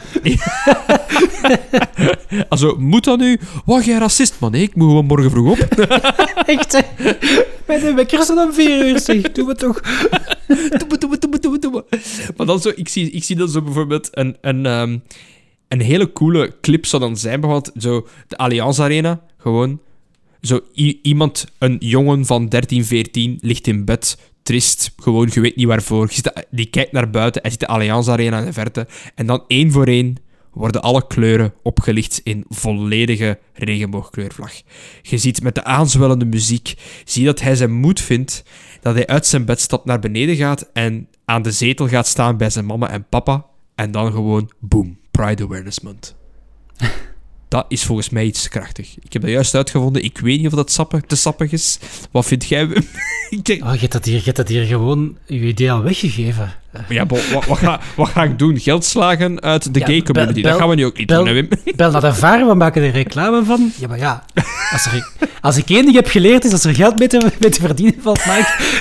Also, moet dat nu? Wat, jij racist, man. Ik moet gewoon morgen vroeg op. Echt, hè? Met de wekkers dan vier uur, zeg. Doe me toch. doe me, doe me, doe me, doe me, doe me. Maar dan zo... Ik zie, ik zie dan zo bijvoorbeeld een... een um, een hele coole clip zou dan zijn, bijvoorbeeld zo de Allianz Arena, gewoon zo i- iemand, een jongen van dertien, veertien, ligt in bed, trist, gewoon, je weet niet waarvoor. Je ziet, die kijkt naar buiten, hij ziet de Allianz Arena in de verte, en dan één voor één worden alle kleuren opgelicht in volledige regenboogkleurvlag. Je ziet met de aanzwellende muziek, zie dat hij zijn moed vindt, dat hij uit zijn bed stapt, naar beneden gaat en aan de zetel gaat staan bij zijn mama en papa, en dan gewoon, boom, Pride Awareness Month. Dat is volgens mij iets krachtig. Ik heb dat juist uitgevonden. Ik weet niet of dat sappig, te sappig is. Wat vind jij? Ik denk... Oh, je hebt dat hier, je hebt dat hier gewoon je idee al weggegeven. Ja, bo, wat, wat, ga, wat ga ik doen? Geld slagen uit de Ja, gay community? bel- dat gaan we nu ook niet bel- doen, hè, Wim? Bel naar de V A R, we maken er reclame van. Ja, maar ja, als, er, als ik één ding heb geleerd, is als er geld mee te, mee te verdienen valt, Mike,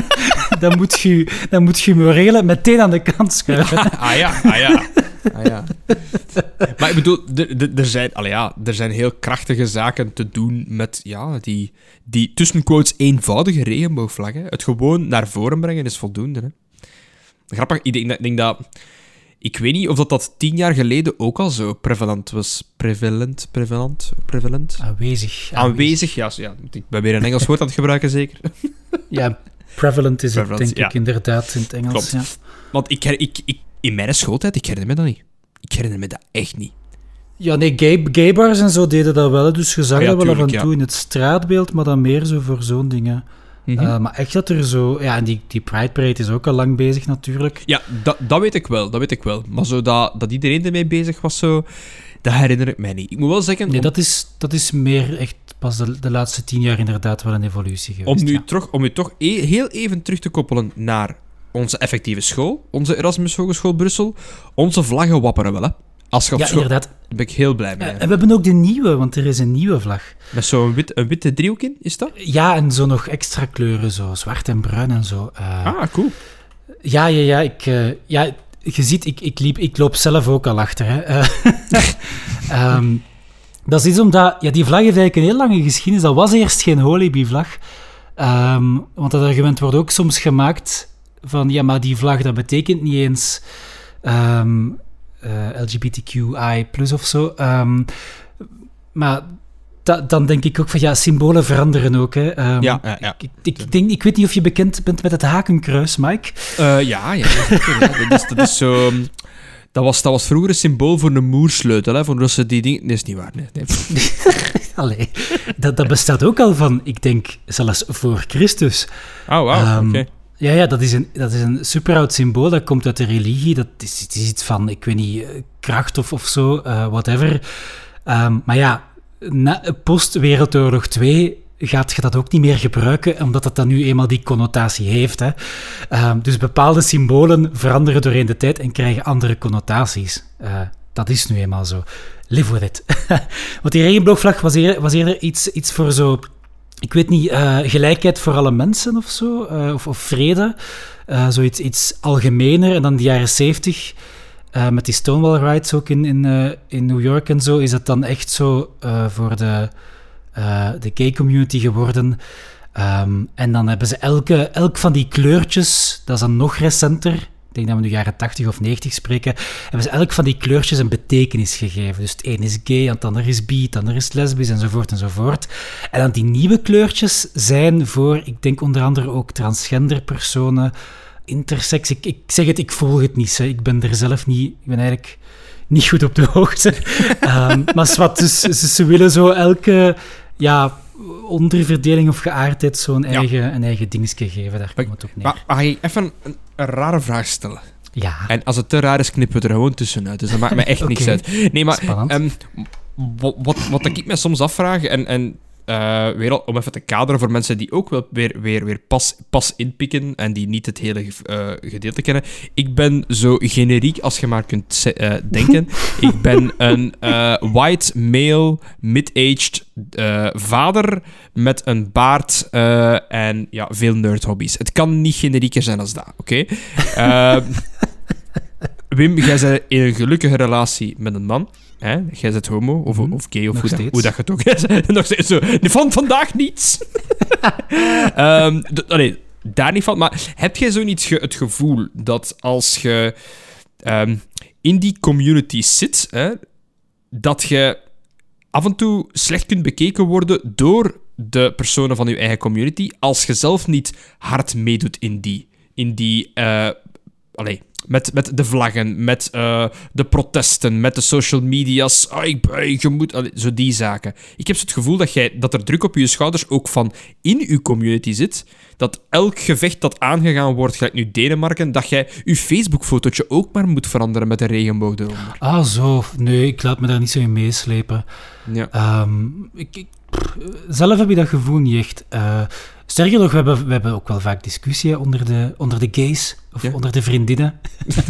dan moet je dan moet je morele meteen aan de kant schuiven. Ah ja, ah ja. Ah, ja. Maar ik bedoel, er- er- er zijn, allee, ja, er zijn heel krachtige zaken te doen met ja, die, die tussen quotes eenvoudige regenboogvlag. Hè. Het gewoon naar voren brengen is voldoende. Hè. Grappig, ik denk, dat- ik denk dat... Ik weet niet of dat, dat tien jaar geleden ook al zo prevalent was. Prevalent, prevalent, prevalent. Aanwezig. Aanwezig, ja, zo- ja. Ik ben weer een Engels woord aan het gebruiken, zeker. Ja, prevalent is het, Prevalent, denk ik, ja. inderdaad, in het Engels. Klopt. Ja. Want ik, her- ik, ik, in mijn schooltijd, ik herinner me dat niet. Ik herinner me dat echt niet. Ja, nee, gay, gaybars en zo deden dat wel. Dus je zag Ah ja, dat wel af en tuurlijk, toe ja. in het straatbeeld, maar dan meer zo voor zo'n dingen. Mhm. Eh, maar echt dat er zo... Ja, en die, die Pride Parade is ook al lang bezig natuurlijk. Ja, dat, dat weet ik wel, dat weet ik wel. Maar zo dat, dat iedereen ermee bezig was, zo, dat herinner ik mij niet. Ik moet wel zeggen, Nee, om, dat is, dat is meer echt pas de, de laatste tien jaar inderdaad wel een evolutie geweest. om, nu ja. toch, om u toch e- heel even terug te koppelen naar onze effectieve school, onze Erasmus Hogeschool Brussel, onze vlaggen wapperen wel, hè. Als je op Ja, school... inderdaad. Daar ben ik heel blij mee. Eh, en we hebben ook de nieuwe, want er is een nieuwe vlag. Met zo'n wit, een witte driehoek in, is dat? Ja, en zo nog extra kleuren, zo zwart en bruin en zo. Eh, Ah, cool. Ja, ja, ja. Ik, eh, ja je ziet, ik, ik, liep, ik loop zelf ook al achter. Hè. Eh, ehm, dat is iets omdat... Ja, die vlag heeft eigenlijk een heel lange geschiedenis. Dat was eerst geen Holibi-vlag. Ehm, want dat argument wordt ook soms gemaakt van... Ja, maar die vlag, dat betekent niet eens... ehm, eh, L G B T Q I plus of zo. Ehm, maar... Da, dan denk ik ook van, ja, symbolen veranderen ook. Hè. Ehm, Ja, ja, ja. Ik, ik, ik, denk, ik weet niet of je bekend bent met het hakenkruis, Mike. Uh, ja, ja. zeker, ja. Dat, is, dat is zo... Dat was, dat was vroeger een symbool voor een moersleutel, hè, voor Russen die dingen... Nee, is niet waar, nee. nee. Allee, dat, dat bestaat ook al van, ik denk, zelfs voor Christus. Oh, wauw, Um, oké. Ja, ja, dat is een, dat is een superoud symbool, dat komt uit de religie. Dat is, het is iets van, ik weet niet, eh, kracht of, of zo, uh, whatever. Um, maar ja, na, post-Wereldoorlog twee gaat je dat ook niet meer gebruiken, omdat het dan nu eenmaal die connotatie heeft. Hè. Um, dus bepaalde symbolen veranderen doorheen de tijd en krijgen andere connotaties. Uh, dat is nu eenmaal zo. Live with it. Want die regenboogvlag was eerder, was eerder iets, iets voor zo... Ik weet niet, uh, gelijkheid voor alle mensen of zo, uh, of, of vrede. Uh, zoiets iets algemener. En dan de jaren zeventig, uh, met die Stonewall Riots ook in, in, uh, in New York en zo, is het dan echt zo uh, voor de, uh, de gay community geworden. Um, en dan hebben ze elke, elk van die kleurtjes, dat is dan nog recenter... Ik denk dat we nu jaren tachtig of negentig spreken, hebben ze elk van die kleurtjes een betekenis gegeven. Dus het een is gay, het ander is bi, het ander is lesbisch, enzovoort, enzovoort. En dan die nieuwe kleurtjes zijn voor, ik denk onder andere ook transgender personen, intersex. Ik, ik zeg het, ik volg het niet. Hè. Ik ben er zelf niet, ik ben eigenlijk niet goed op de hoogte. um, maar wat, dus, dus ze willen zo elke... ja, onderverdeling of geaardheid zo'n ja. eigen, een eigen dingetje geven. Daar komt het op neer. Maar mag ik even een, een rare vraag stellen? Ja. En als het te raar is, knippen we er gewoon tussenuit. Dus dat maakt me echt okay. niks uit. Nee, maar um, wat, wat, wat ik me soms afvraag, en, en uh, weer al, om even te kaderen voor mensen die ook wel weer, weer, weer pas, pas inpikken en die niet het hele uh, gedeelte kennen. Ik ben zo generiek als je maar kunt uh, denken. Ik ben een uh, white, male, mid-aged uh, vader met een baard uh, en ja, veel nerd-hobby's. Het kan niet generieker zijn als dat, oké? Okay? Uh, Wim, jij bent in een gelukkige relatie met een man. Hè? Jij bent homo, of, of gay, of hoe dat, hoe dat je het ook is. Nog steeds zo. Van vandaag niets. um, d- allee, daar niet van. Maar heb jij zo niet ge- het gevoel dat als je um, in die community zit, hè, dat je af en toe slecht kunt bekeken worden door de personen van je eigen community, als je zelf niet hard meedoet in die... In die uh, allee, met, met de vlaggen, met uh, de protesten, met de social media's. Oh, ik, je moet, allee, zo die zaken. Ik heb zo het gevoel dat, jij, dat er druk op je schouders ook van in je community zit. Dat elk gevecht dat aangegaan wordt, gelijk nu Denemarken, dat jij je Facebook-fotootje ook maar moet veranderen met een regenboog eronder. Ah, zo. Nee, ik laat me daar niet zo in meeslepen. Ja. Um, ik, ik, pff, zelf heb je dat gevoel niet echt. Uh, sterker nog, we hebben, we hebben ook wel vaak discussie onder de, onder de gays, of ja. onder de vriendinnen.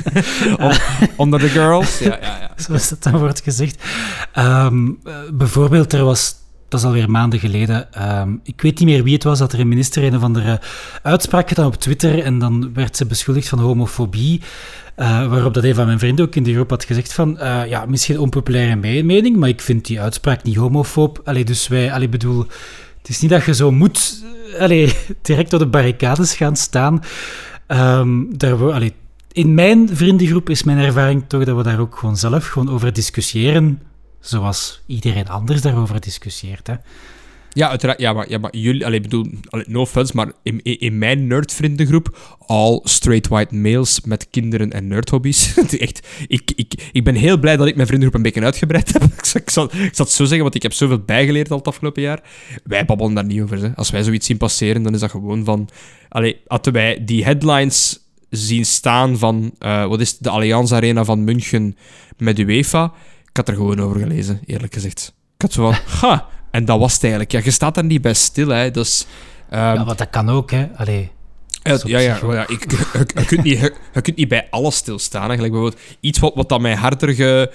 Onder de girls, ja, ja, ja. Zoals dat dan wordt gezegd. Um, uh, bijvoorbeeld, er was... Dat is alweer maanden geleden. Um, ik weet niet meer wie het was, dat er een minister een of andere uitspraak gedaan op Twitter en dan werd ze beschuldigd van homofobie. Uh, waarop dat een van mijn vrienden ook in de groep had gezegd van uh, ja, misschien onpopulaire mening, maar ik vind die uitspraak niet homofoob. Allee, dus wij, allee, bedoel, het is niet dat je zo moet allee, direct op de barricades gaan staan. Um, daar, allee, in mijn vriendengroep is mijn ervaring toch dat we daar ook gewoon zelf gewoon over discussiëren. Zoals iedereen anders daarover discussieert, hè. Ja, uiteraard. Ja, maar, ja, maar jullie... Allee, bedoel... Allee, no offense, maar in, in mijn nerdvriendengroep... All straight white males met kinderen en nerdhobby's. Echt... Ik, ik, ik ben heel blij dat ik mijn vriendengroep een beetje uitgebreid heb. Ik zal, ik, zal, ik zal het zo zeggen, want ik heb zoveel bijgeleerd al het afgelopen jaar. Wij babbelen daar niet over, hè. Als wij zoiets zien passeren, dan is dat gewoon van... Allee, hadden wij die headlines zien staan van... Uh, wat is het, de Allianz Arena van München met UEFA... Ik had er gewoon over gelezen, eerlijk gezegd. Ik had zo van, ha, en dat was het eigenlijk. Ja, je staat daar niet bij stil, hè. Dus, um, ja, maar dat kan ook, hè. Allee, uh, ja, ja, ja ik, je, je, kunt niet, je, je kunt niet bij alles stilstaan. Hè. Gelijk bijvoorbeeld iets wat, wat dat mij harder ge...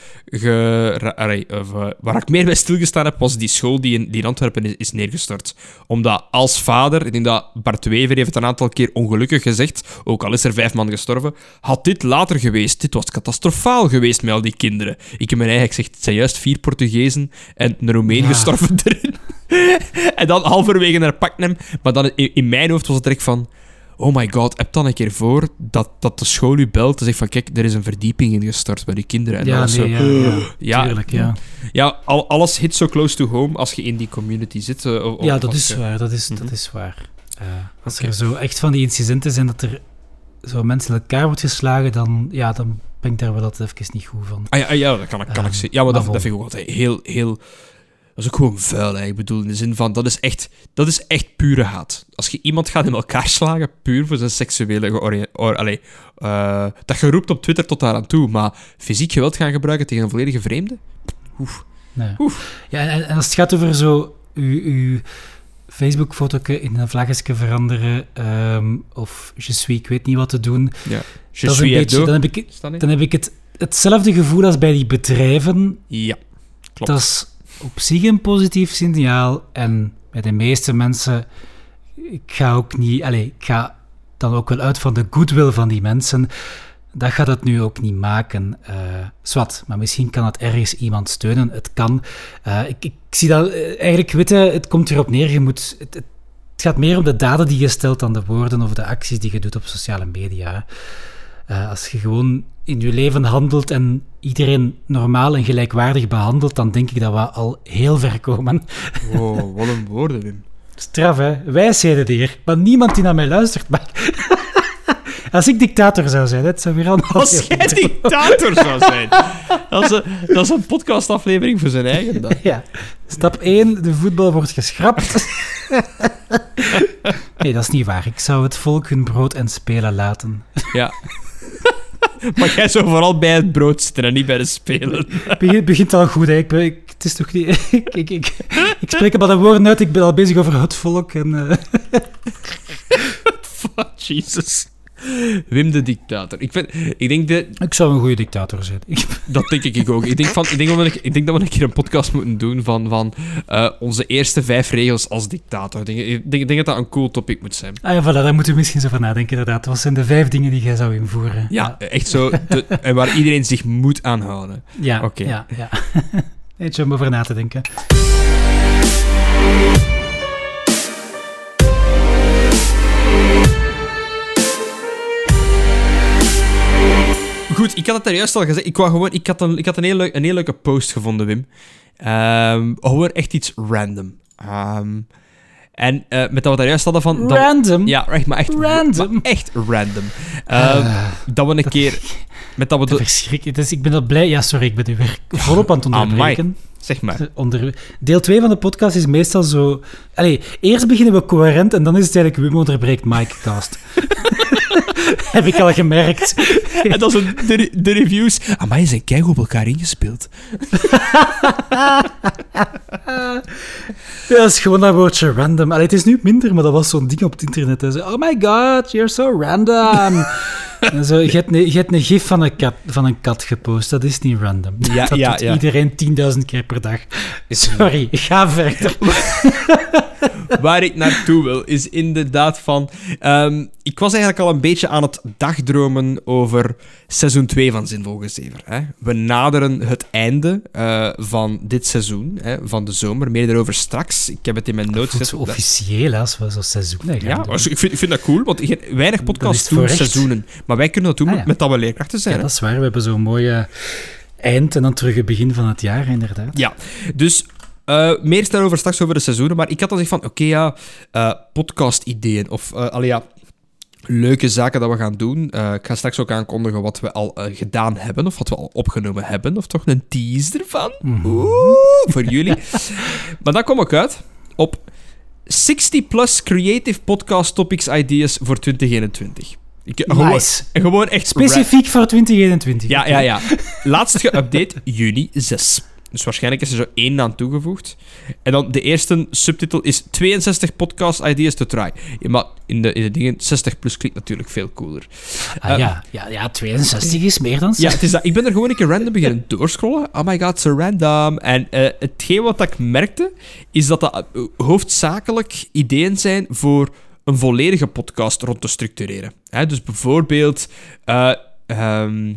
ge allee, of, uh, waar ik meer bij stilgestaan heb, was die school die in, die in Antwerpen is, is neergestort. Omdat als vader, ik denk dat Bart Wever heeft het een aantal keer ongelukkig gezegd, ook al is er vijf man gestorven, had dit later geweest, dit was catastrofaal geweest met al die kinderen. Ik heb mijn eigen gezegd, het zijn juist vier Portugezen en een Roemeen ja. gestorven erin. En dan halverwege naar Paknem. Maar dan in, in mijn hoofd was het direct van... Oh my god, heb dan een keer voor dat, dat de school u belt en zegt van kijk, er is een verdieping ingestort bij die kinderen. En ja, nee, zo, ja, ja, ja, tuurlijk, ja. Ja, al, alles hit so close to home als je in die community zit. Uh, of, ja, dat is je... waar, dat is, mm-hmm. dat is waar. Uh, als okay. er zo echt van die incidenten zijn dat er zo mensen in elkaar wordt geslagen, dan, ja, dan ben ik daar wel altijd even niet goed van. Ah ja, ja dat kan, ik, kan uh, ik zien. Ja, maar, maar dat, dat vind ik ook altijd heel, heel... Dat is ook gewoon vuil, hè. Ik bedoel, in de zin van, dat is echt, dat is echt pure haat. Als je iemand gaat in elkaar slagen, puur voor zijn seksuele georiënteerdheid... Uh, dat je roept op Twitter tot daar aan toe, maar fysiek geweld gaan gebruiken tegen een volledige vreemde? Oef. Nee. Oef. Ja, en, en als het gaat over zo... U, uw Facebook-fotoke in een vlaggetje veranderen, um, of je suis, ik weet niet wat te doen. Ja. Je dat is een beetje, dan heb ik, dan heb ik het, hetzelfde gevoel als bij die bedrijven. Ja, klopt. Dat is op zich een positief signaal. En bij de meeste mensen, ik ga ook niet... Allez, ik ga dan ook wel uit van de goodwill van die mensen. Dat gaat het nu ook niet maken. Uh, zwart, maar misschien kan het ergens iemand steunen. Het kan. Uh, ik, ik zie dat uh, eigenlijk, weet je, het komt erop neer. Je moet, het, het gaat meer om de daden die je stelt dan de woorden of de acties die je doet op sociale media. Uh, als je gewoon in je leven handelt en iedereen normaal en gelijkwaardig behandelt, dan denk ik dat we al heel ver komen. Wow, wat een woorden, Wim. Straf, hè? Wijsheden hier. Maar niemand die naar mij luistert, maar... Als ik dictator zou zijn, het zou weer allemaal... Als jij dictator zou zijn? Dat is, een, dat is een podcastaflevering voor zijn eigen dan. Ja. Stap één, de voetbal wordt geschrapt. Nee, dat is niet waar. Ik zou het volk hun brood en spelen laten. Ja. Maar jij zou vooral bij het brood zitten en niet bij de spelen. Het begint, begint al goed, hè. Ik, ben, ik, het is toch niet... Ik, ik, ik, ik spreek maar de woorden uit, ik ben al bezig over het volk en... Uh... Fuck, Jesus. Wim de dictator. Ik, vind, ik denk de... Ik zou een goede dictator zijn. Dat denk ik ook. Ik denk, van, ik, denk dat we, ik denk dat we een keer een podcast moeten doen van, van uh, onze eerste vijf regels als dictator. Ik denk, ik denk, ik denk dat dat een cool topic moet zijn. Ah ja, voilà, daar moeten we misschien zo van nadenken, inderdaad. Wat zijn de vijf dingen die jij zou invoeren? Ja, ja. Echt zo. De, en waar iedereen zich moet aanhouden. Ja, Oké. Okay. Ja, ja. Eentje om over na te denken. Goed, ik had het daar juist al gezegd. Ik, wou gewoon, ik had, een, ik had een, heel leuk, een heel leuke post gevonden, Wim. Um, gewoon echt iets random. Um, en uh, met dat we daar juist hadden van... Dat, random? Ja, echt, maar echt random. Maar echt random. Um, uh, dat we een dat, keer... Met dat we de... Verschrik. Dus ik ben dat blij... Ja, sorry, ik ben u weer volop aan het onderbreken. Amai. Zeg maar. Onder... Deel twee van de podcast is meestal zo... Allee, eerst beginnen we coherent en dan is het eigenlijk Wim onderbreekt Mike cast. Heb ik al gemerkt. En dat is de, de reviews. Amai, zijn keigoed op elkaar ingespeeld. Ja, dat is gewoon dat woordje random. Allee, het is nu minder, maar dat was zo'n ding op het internet. Hè. Zo, oh my god, you're so random. En zo, je, hebt een, je hebt een gif van een, kat, van een kat gepost. Dat is niet random. Ja, dat ja, doet ja. iedereen tienduizend keer per dag. Sorry, ga verder. Waar ik naartoe wil, is inderdaad van... Um, ik was eigenlijk al een beetje aan het dagdromen over seizoen twee van Zinvolgezever. Hè. We naderen het einde uh, van dit seizoen, hè, van de zomer. Meer daarover straks. Ik heb het in mijn notes gezet. Het is officieel, als we zo'n seizoen gaan Ja, doen. ik vind, ik vind dat cool, want weinig podcasts doen seizoenen. Maar wij kunnen dat doen ah, ja. met dat we leerkrachten zijn. Ja, hè. dat is waar. We hebben zo'n mooie eind en dan terug het begin van het jaar, inderdaad. Ja, dus... Uh, meer daarover straks over de seizoenen, maar ik had al gezegd van, oké, okay, ja, uh, podcast-ideeën of, uh, allee, ja, leuke zaken dat we gaan doen. Uh, ik ga straks ook aankondigen wat we al uh, gedaan hebben, of wat we al opgenomen hebben, of toch een teaser ervan. Mm-hmm. Oeh, voor jullie. Maar dan kom ik uit op zestig plus creative podcast topics ideas voor twintig eenentwintig. Ik, nice. Gewoon, gewoon echt... Specifiek voor twintig eenentwintig. Ja, ja, ja. Laatst geüpdate, juni zes. Dus waarschijnlijk is er zo één aan toegevoegd. En dan de eerste subtitel is tweeënzestig podcast ideas to try. Ja, maar in de, in de dingen, zestig plus klinkt natuurlijk veel cooler. Ah, uh, ja. Ja, ja, tweeënzestig is meer dan zestig. Ja, het is dat. Ik ben er gewoon een keer random beginnen doorscrollen. Oh my god, so random. En uh, hetgeen wat ik merkte, is dat dat uh, hoofdzakelijk ideeën zijn voor een volledige podcast rond te structureren. Hè, dus bijvoorbeeld... Uh, um,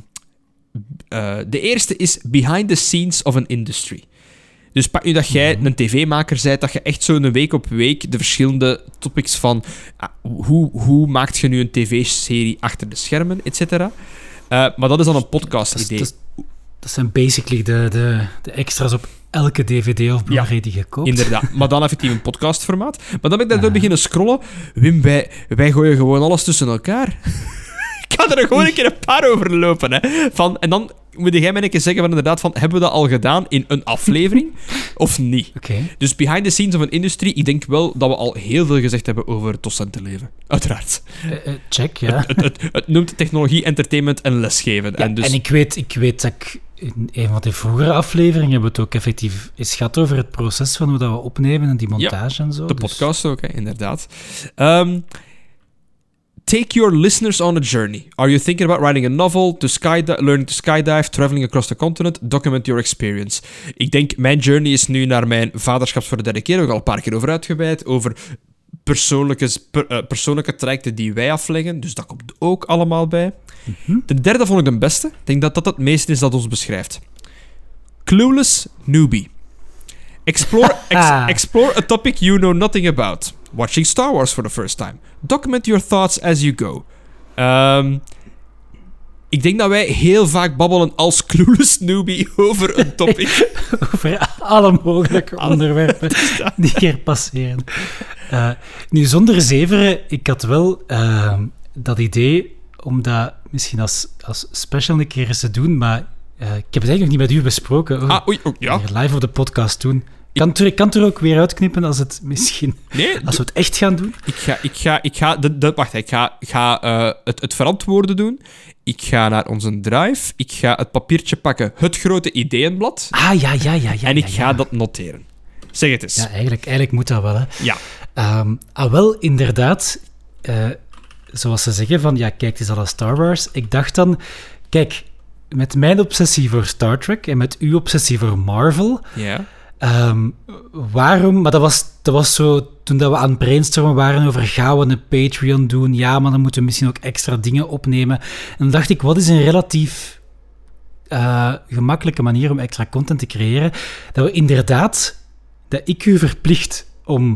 Uh, de eerste is behind the scenes of an industry. Dus pak nu dat jij mm-hmm. een tv-maker bent, dat je echt zo een week op week de verschillende topics van uh, hoe, hoe maak je nu een tv-serie achter de schermen, et cetera. Uh, maar dat is dan een podcast-idee. Dat, dat, dat zijn basically de, de, de extra's op elke D V D of Blu-ray ja, die je koopt. Inderdaad, maar dan effectief een podcastformaat. Maar dan ben ik daardoor ah. beginnen scrollen. Wim, wij, wij gooien gewoon alles tussen elkaar. Ik ga er gewoon een keer een paar over lopen. Hè. Van, en dan moet jij mij een keer zeggen van inderdaad van, hebben we dat al gedaan in een aflevering of niet? Okay. Dus behind the scenes of een industrie, ik denk wel dat we al heel veel gezegd hebben over het docentenleven. Uiteraard. Uh, uh, check, ja. Het, het, het, het noemt technologie, entertainment en lesgeven. Ja, en, dus... en ik weet, ik weet dat ik in een van de vroegere afleveringen hebben we het ook effectief eens gehad over het proces van hoe dat we opnemen en die montage ja, en zo. De dus... podcast ook, hè, inderdaad. Um, Take your listeners on a journey. Are you thinking about writing a novel, to skydive, learning to skydive, traveling across the continent? Document your experience. Ik denk, mijn journey is nu naar mijn vaderschap voor de derde keer. We hebben al een paar keer over uitgeweid. Over persoonlijke, per, uh, persoonlijke trajecten die wij afleggen. Dus dat komt ook allemaal bij. Mm-hmm. De derde vond ik de beste. Ik denk dat dat het meeste is dat ons beschrijft. Clueless newbie. Explore, ex, explore a topic you know nothing about. Watching Star Wars for the first time. Document your thoughts as you go. Um, ik denk dat wij heel vaak babbelen als clueless newbie over een topic. Over alle mogelijke onderwerpen die hier passeren. Uh, nu, zonder zeveren, ik had wel uh, dat idee om dat misschien als, als special een keer eens te doen, maar uh, ik heb het eigenlijk nog niet met u besproken. Oh, ah, oei, oh, ja. Live op de podcast doen. Kan het, er, kan het er ook weer uitknippen als het misschien... Nee, als we het echt gaan doen? Ik ga... Ik ga, ik ga de, de, wacht, ik ga, ga uh, het, het verantwoorden doen. Ik ga naar onze drive. Ik ga het papiertje pakken. Het grote ideeënblad. Ah, ja, ja, ja. ja en ik ja, ga ja. dat noteren. Zeg het eens. Ja, eigenlijk, eigenlijk moet dat wel, hè. Ja. Um, ah, wel, inderdaad. Uh, zoals ze zeggen van... Ja, kijk, het is al een Star Wars. Ik dacht dan... Kijk, met mijn obsessie voor Star Trek en met uw obsessie voor Marvel... Ja. Um, waarom? Maar dat was, dat was zo toen dat we aan het brainstormen waren over gaan we een Patreon doen? Ja, maar dan moeten we misschien ook extra dingen opnemen. En dan dacht ik, wat is een relatief uh, gemakkelijke manier om extra content te creëren? Dat we inderdaad, dat ik u verplicht om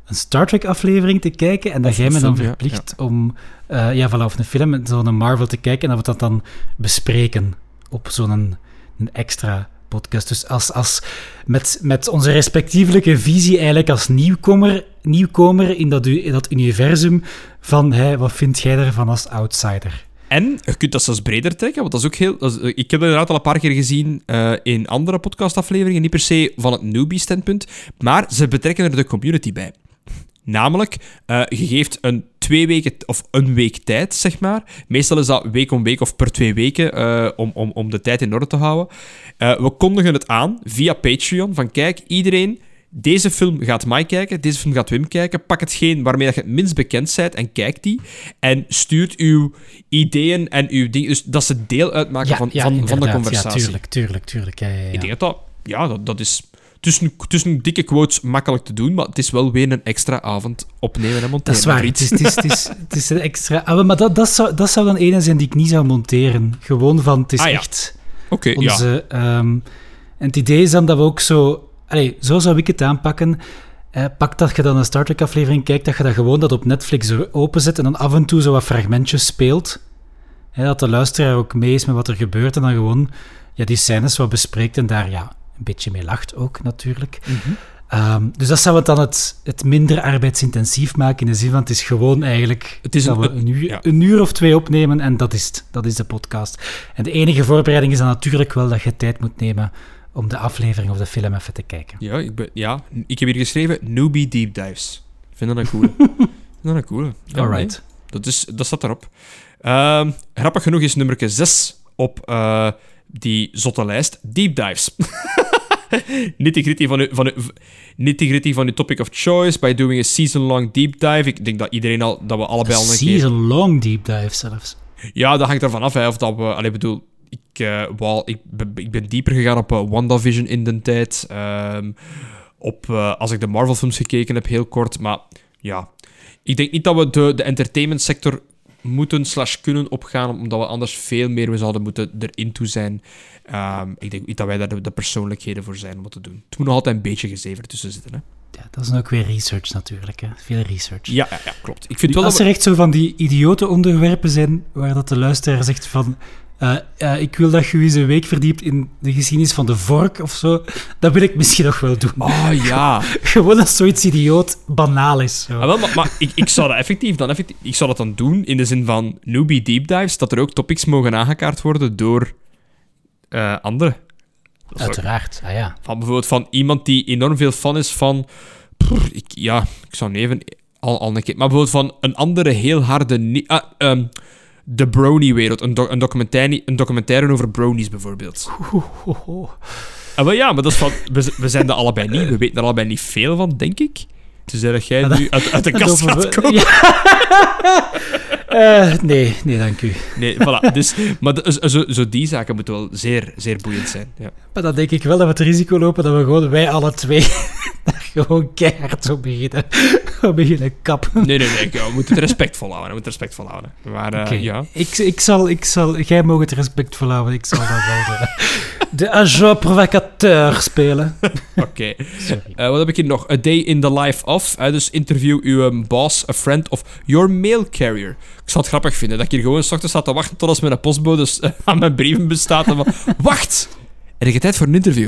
een Star Trek-aflevering te kijken en dat Of jij een me dan film, ja, verplicht om uh, ja, voilà, of een film met zo'n Marvel te kijken en dat we dat dan bespreken op zo'n een, een extra podcast. Dus als, als met, met onze respectievelijke visie eigenlijk als nieuwkomer, nieuwkomer in, dat, in dat universum van hey, wat vind jij ervan als outsider? En je kunt dat zelfs breder trekken, want dat is ook heel... Dat is, ik heb dat inderdaad al een paar keer gezien uh, in andere podcastafleveringen, niet per se van het newbie-standpunt, maar ze betrekken er de community bij. Namelijk, uh, je geeft een twee weken of een week tijd, zeg maar. Meestal is dat week om week of per twee weken uh, om, om, om de tijd in orde te houden. Uh, we kondigen het aan via Patreon van kijk, iedereen... Deze film gaat Mike kijken, deze film gaat Wim kijken. Pak hetgeen waarmee je het minst bekend bent en kijk die. En stuurt uw ideeën en uw dingen. Dus dat ze deel uitmaken ja, van, ja, van, van de conversatie. Ja, tuurlijk, tuurlijk, tuurlijk. Ja, ja, ja. Ik denk dat dat... Ja, dat, dat is... Tussen, tussen dikke quotes makkelijk te doen, maar het is wel weer een extra avond opnemen en monteren. Dat is waar. Het is, het, is, het, is, het is een extra... Ah, maar dat, dat, zou, dat zou dan ene zijn die ik niet zou monteren. Gewoon van, het is ah, ja. echt... Oké, okay, onze, ja. Um, en het idee is dan dat we ook zo... Allee, zo zou ik het aanpakken. Eh, pak dat je dan een Star Trek-aflevering kijkt, dat je dat gewoon dat op Netflix openzet en dan af en toe zo wat fragmentjes speelt. Hè, dat de luisteraar ook mee is met wat er gebeurt en dan gewoon ja, die scènes wat bespreekt en daar ja, een beetje mee lacht ook, natuurlijk. Mm-hmm. Um, dus dat zou het dan het, het minder arbeidsintensief maken in de zin van het is gewoon eigenlijk het is dat een, we een uur, ja. een uur of twee opnemen en dat is het. Dat is de podcast. En de enige voorbereiding is dan natuurlijk wel dat je tijd moet nemen om de aflevering of de film even te kijken. Ja, ik, ben, ja, ik heb hier geschreven Newbie Deep Dives. Ik vind dat een coole. Ik vind dat een coole. Ja, Alright. Nee, dat, is, dat staat erop. Uh, grappig genoeg is nummer zes op uh, die zotte lijst Deep Dives. Nitty-gritty van, u, van, u, nitty-gritty van uw topic of choice by doing a season-long deep dive. Ik denk dat iedereen al, dat we allebei a al een season keer... season-long deep dive zelfs. Ja, dat hangt ervan af, hè, of dat we... Allee, bedoel... Ik, uh, well, ik, ben, ik ben dieper gegaan op uh, WandaVision in de tijd. Um, op, uh, als ik de Marvel-films gekeken heb, heel kort. Maar ja, ik denk niet dat we de, de entertainment-sector moeten slash kunnen opgaan, omdat we anders veel meer we zouden moeten erin toe zijn. Um, ik denk niet dat wij daar de, de persoonlijkheden voor zijn om het te doen. Het moet nog altijd een beetje gezever tussen zitten, hè. Ja, dat is ook weer research natuurlijk, hè. Veel research. Ja, ja, ja klopt. Ik vind nu, wel als dat er echt zo van die idiote onderwerpen zijn, waar dat de luisteraar zegt van... Uh, uh, ik wil dat je eens een week verdiept in de geschiedenis van de vork of zo. Dat wil ik misschien nog wel doen. Oh ja. Gewoon als zoiets idioot banaal is. Zo. Ah, wel, maar maar ik, ik zou dat effectief dan, effectief, ik zou dat dan doen in de zin van newbie deep dives, dat er ook topics mogen aangekaart worden door uh, anderen. Uiteraard, ah ja. Van bijvoorbeeld van iemand die enorm veel fan is van... Pff, ik, ja, ik zou even al, al een keer... Maar bijvoorbeeld van een andere heel harde... Ah, um, de brownie-wereld. Een, do- een, documentaire, een documentaire over brownies, bijvoorbeeld. Ho, ho, ho. En wel ja, maar dat is van... We, we zijn er allebei niet. We weten er allebei niet veel van, denk ik. Dus dat jij nu uit, uit de kast gaat komen. Ja. uh, nee, nee, dank u. Nee, voilà. Dus, maar de, zo, zo die zaken moeten wel zeer, zeer boeiend zijn. Ja. Maar dan denk ik wel dat we het risico lopen dat we gewoon, wij alle twee, daar gewoon keihard zo beginnen, beginnen kappen. Nee, nee, nee. We moeten het respectvol houden. We moeten het respectvol houden. Maar uh, okay. ja... Ik, ik, zal, ik zal... Jij mag het respectvol houden. Ik zal dan wel de, de agent provocateur spelen. Oké. Okay. Uh, wat heb ik hier nog? A day in the life of. Uh, dus interview uw um, boss, a friend of your mail carrier. Ik zou het grappig vinden dat ik hier gewoon 's ochtends sta te wachten tot als mijn postbode uh, aan mijn brieven bestaat. En van, wacht! Heb je tijd voor een interview?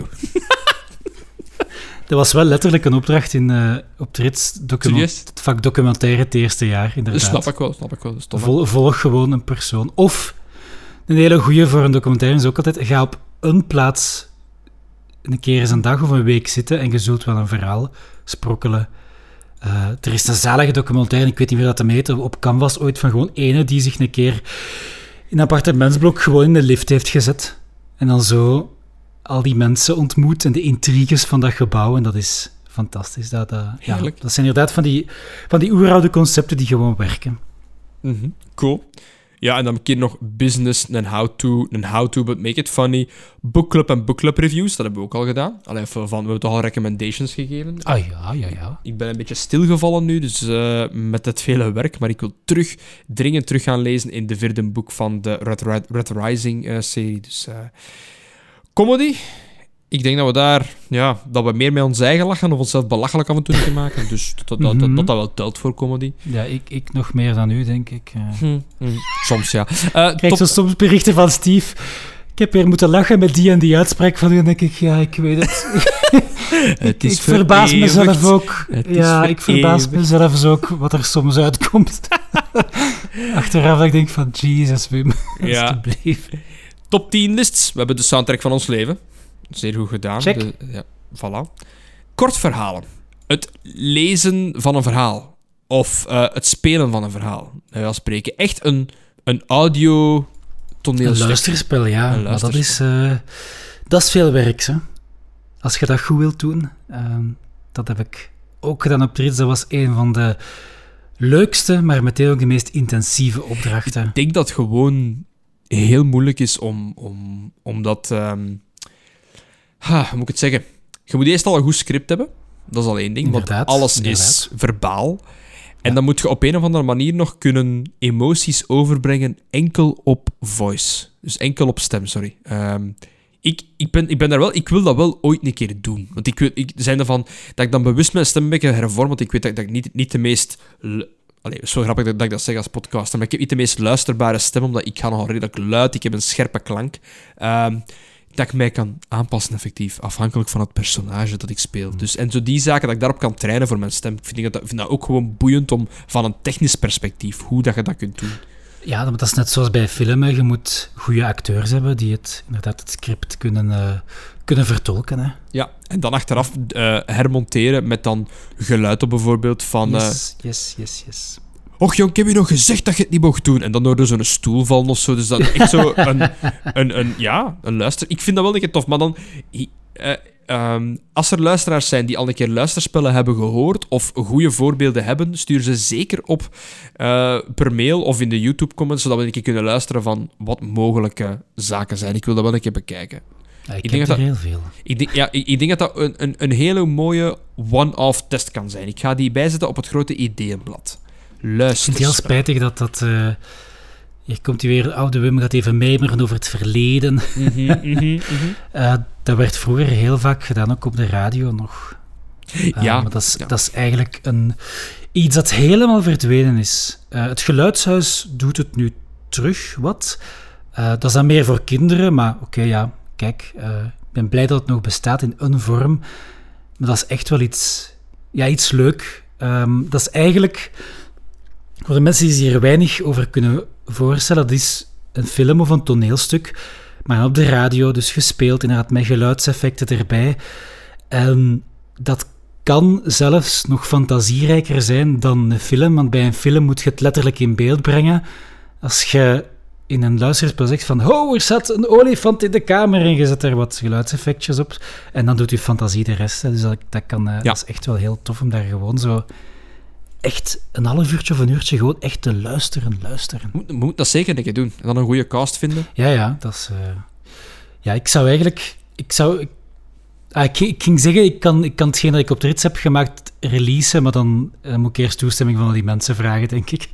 Dat was wel letterlijk een opdracht in, uh, op het rits document, het vak documentaire het eerste jaar, inderdaad. Dat snap ik wel, snap ik wel. Dat Vol, volg gewoon een persoon. Of, een hele goeie voor een documentaire is ook altijd, ga op een plaats een keer eens een dag of een week zitten en je zult wel een verhaal sprokkelen. Uh, er is een zalige documentaire, ik weet niet meer dat te meten, op Canvas ooit van gewoon ene die zich een keer in een appartementsblok gewoon in de lift heeft gezet. En dan zo al die mensen ontmoet en de intriges van dat gebouw. En dat is fantastisch. Dat, dat, ja, dat zijn inderdaad van die, van die oeroude concepten die gewoon werken. Mm-hmm. Cool. Ja, en dan een keer nog business, een how-to, een how-to, but make it funny. Bookclub en bookclub reviews, dat hebben we ook al gedaan. Allee, van, we hebben toch al recommendations gegeven. Ah ja, ja, ja. Ik ben een beetje stilgevallen nu, dus uh, met het vele werk, maar ik wil terug, dringend terug gaan lezen in de vierde boek van de Red, Red, Red Rising uh, serie. Dus uh, comedy Ik denk dat we daar, ja, dat we meer met ons eigen lachen of onszelf belachelijk af en toe moeten maken. Dus dat dat, dat, dat, dat, dat wel telt voor comedy. Ja, ik, ik nog meer dan u, denk ik. Uh. Hm, hm. Soms, ja. Uh, Ik krijg top... zo soms berichten van Steve. Ik heb weer moeten lachen met die en die uitspraak van u. En denk ik, ja, ik weet het. het is ik verbaas vereeuwigd. mezelf ook. Het is Ja, ik verbaas vereeuwigd. mezelf ook wat er soms uitkomt. Achteraf dat ik denk van, Jesus, Wim, Ja. alsjeblieft. Top tien lists. We hebben de soundtrack van ons leven. Zeer goed gedaan. Check. De, ja, voilà. Kort verhalen. Het lezen van een verhaal. Of uh, het spelen van een verhaal. Bij wel spreken. Echt een, een audio Een toneelstuk. luisterspel, ja. Een Maar dat luisterspel. is, uh, dat is veel werk, hè. Als je dat goed wilt doen. Uh, dat heb ik ook gedaan op Trits. Dat was een van de leukste, maar meteen ook de meest intensieve opdrachten. Ik denk dat het gewoon heel moeilijk is om, om, om dat... Um, ha, hoe moet ik het zeggen? Je moet eerst al een goed script hebben. Dat is al één ding, Inderdaad, want alles inderdaad. is verbaal. En Ja. dan moet je op een of andere manier nog kunnen emoties overbrengen enkel op voice. Dus enkel op stem, sorry. Um, ik, ik, ben, ik ben daar wel... Ik wil dat wel ooit een keer doen. Want ik wil... Ik, zijn ervan dat ik dan bewust mijn stem een beetje hervorm, want ik weet dat, dat ik niet, niet de meest... Allee, het is wel grappig dat, dat ik dat zeg als podcaster, maar ik heb niet de meest luisterbare stem, omdat ik ga nogal redelijk luid, ik heb een scherpe klank. Um, dat ik mij kan aanpassen effectief, afhankelijk van het personage dat ik speel. Dus, en zo die zaken, dat ik daarop kan trainen voor mijn stem. Ik vind dat, vind dat ook gewoon boeiend om van een technisch perspectief, hoe dat je dat kunt doen. Ja, dat is net zoals bij filmen. Je moet goede acteurs hebben die het, inderdaad het script kunnen, uh, kunnen vertolken. Hè. Ja, en dan achteraf uh, hermonteren met dan geluid op bijvoorbeeld van... Uh, Yes, yes, yes, yes. Och jong, ik heb je nog gezegd dat je het niet mocht doen. En dan hoorde zo'n stoel vallen of zo. Dus dat is echt zo een, een, een... Ja, een luister... Ik vind dat wel een keer tof, maar dan... Uh, um, als er luisteraars zijn die al een keer luisterspellen hebben gehoord of goede voorbeelden hebben, stuur ze zeker op uh, per mail of in de YouTube-comments, zodat we een keer kunnen luisteren van wat mogelijke zaken zijn. Ik wil dat wel een keer bekijken. Ja, ik, Ik heb denk er dat- heel veel. Ik denk, ja, ik, ik denk dat dat een, een, een hele mooie one-off test kan zijn. Ik ga die bijzetten op het grote ideeënblad. Ik vind Luister. het heel spijtig dat dat... Uh, hier komt hij weer, de oude Wim gaat even mijmeren over het verleden. Mhm, mhm, mhm. Uh, dat werd vroeger heel vaak gedaan, ook op de radio nog. Uh, Ja, maar dat is, ja. dat is eigenlijk een, iets dat helemaal verdwenen is. Uh, het geluidshuis doet het nu terug, wat. Uh, dat is dan meer voor kinderen, maar oké, okay, ja, kijk, uh, ik ben blij dat het nog bestaat in een vorm. Maar dat is echt wel iets, ja, iets leuk. Um, dat is eigenlijk, voor de mensen die zich hier weinig over kunnen voorstellen, dat is een film of een toneelstuk, maar op de radio, dus gespeeld, inderdaad met geluidseffecten erbij. En dat kan zelfs nog fantasierijker zijn dan een film, want bij een film moet je het letterlijk in beeld brengen. Als je in een luisterspel zegt van, oh, er zat een olifant in de kamer en je zet er wat geluidseffectjes op, en dan doet je fantasie de rest. Hè. Dus dat, dat, kan, uh, Ja. dat is echt wel heel tof om daar gewoon zo echt een half uurtje of een uurtje gewoon echt te luisteren, luisteren. Moet, moet dat zeker een keer doen. En dan een goede cast vinden. Ja, ja, dat is... Uh... Ja, ik zou eigenlijk... Ik zou... Ik, ah, ik, ik ging zeggen, ik kan, ik kan hetgeen dat ik op de rits heb gemaakt releasen, maar dan uh, moet ik eerst toestemming van al die mensen vragen, denk ik.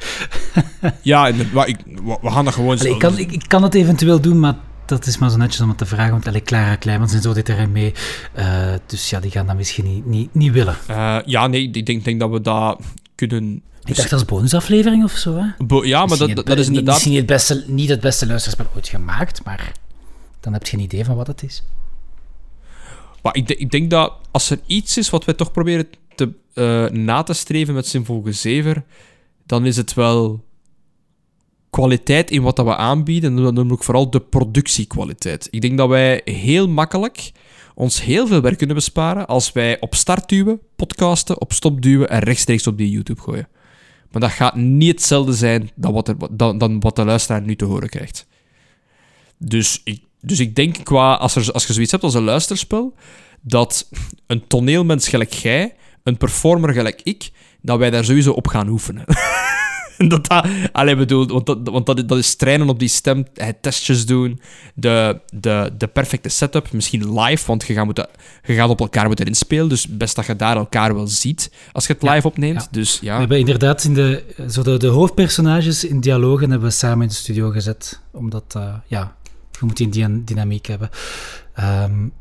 Ja, en, maar ik, we we gaan dat gewoon zo... Allee, ik, kan, ik, ik kan het eventueel doen, maar dat is maar zo netjes om het te vragen, want allee, Clara Kleimans en zo dit erin mee. Uh, dus ja, die gaan dat misschien niet, niet, niet willen. Uh, ja, nee, ik denk, denk dat we dat kunnen... Ik dacht als bonusaflevering of zo, hè? Bo- ja, maar dat, Misschien dat, het, dat is niet, inderdaad... Misschien niet het beste, niet het beste luisterspel ooit gemaakt, maar dan heb je een idee van wat het is. Maar ik, de- ik denk dat als er iets is wat wij toch proberen te, uh, na te streven met Zinvol Gezever, dan is het wel kwaliteit in wat dat we aanbieden, en dan noem ik vooral de productiekwaliteit. Ik denk dat wij heel makkelijk ons heel veel werk kunnen besparen als wij op start duwen, podcasten, op stop duwen en rechtstreeks op die YouTube gooien. Maar dat gaat niet hetzelfde zijn dan wat, er, dan, dan wat de luisteraar nu te horen krijgt. Dus ik, dus ik denk, qua, als, er, als je zoiets hebt als een luisterspel, dat een toneelmens gelijk jij, een performer gelijk ik, dat wij daar sowieso op gaan oefenen. dat dat, allee, bedoel, want dat, want dat, dat is trainen op die stem, het testjes doen, de, de, de perfecte setup, misschien live, want je gaat, moeten, je gaat op elkaar moeten inspelen, dus best dat je daar elkaar wel ziet als je het live Ja, opneemt. ja. Dus, ja. We hebben inderdaad in de, zo de, de hoofdpersonages in dialogen hebben we samen in de studio gezet, omdat, uh, ja, je moet die dyna- dynamiek hebben. Um,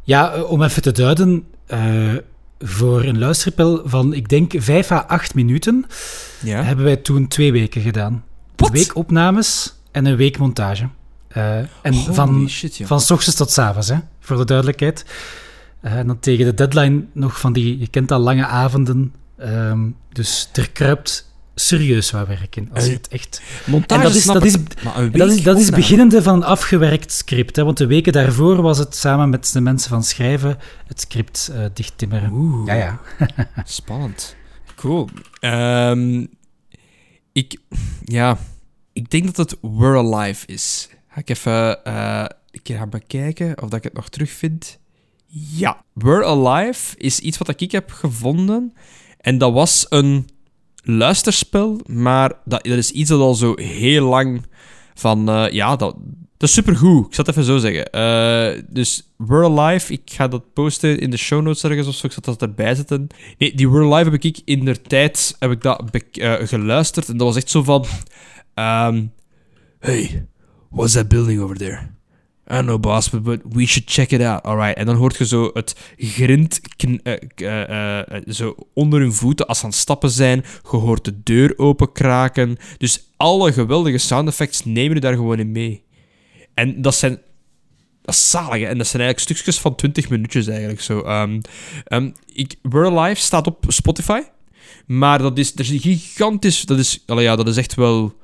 Ja, om even te duiden, uh, voor een luisterspel van, ik denk, vijf à acht minuten, ja. hebben wij toen twee weken gedaan. Wat? Een week opnames en een week montage. Uh, en Holy van, shit, ja. van 's ochtends tot 's avonds, hè, voor de duidelijkheid. Uh, en dan tegen de deadline nog van die, je kent al lange avonden. Um, dus er kruipt serieus wat werk in. Als je het echt... Montage en dat is, dat is, dat is, dat is beginnende van een afgewerkt script. Hè, want de weken daarvoor was het samen met de mensen van schrijven het script uh, dichttimmeren. Oeh, ja, ja. Spannend. Cool. Um, ik... Ja... Ik denk dat het We're Alive is. Ga ik even uh, een keer gaan bekijken of dat ik het nog terugvind. Ja. We're Alive is iets wat ik heb gevonden. En dat was een luisterspel, maar dat, dat is iets dat al zo heel lang van... Uh, ja, dat, dat is supergoed. Ik zal het even zo zeggen. Uh, dus We're Alive, ik ga dat posten in de show notes ergens of zo. Ik zal dat erbij zetten. Nee, die We're Alive heb ik in der tijd heb ik dat be- uh, geluisterd. En dat was echt zo van... Um, hey, what's that building over there? I don't know, boss, but, but we should check it out. Alright. En dan hoort je zo het grind kn- uh, uh, uh, zo onder hun voeten als ze aan het stappen zijn. Je hoort de deur openkraken. Dus alle geweldige sound effects nemen je daar gewoon in mee. En dat zijn... Dat is zalig, hè? En dat zijn eigenlijk stukjes van twintig minuutjes eigenlijk. Zo. Um, um, ik, We're Alive staat op Spotify. Maar dat is, dat is gigantisch... Dat is, allee, ja, dat is echt wel...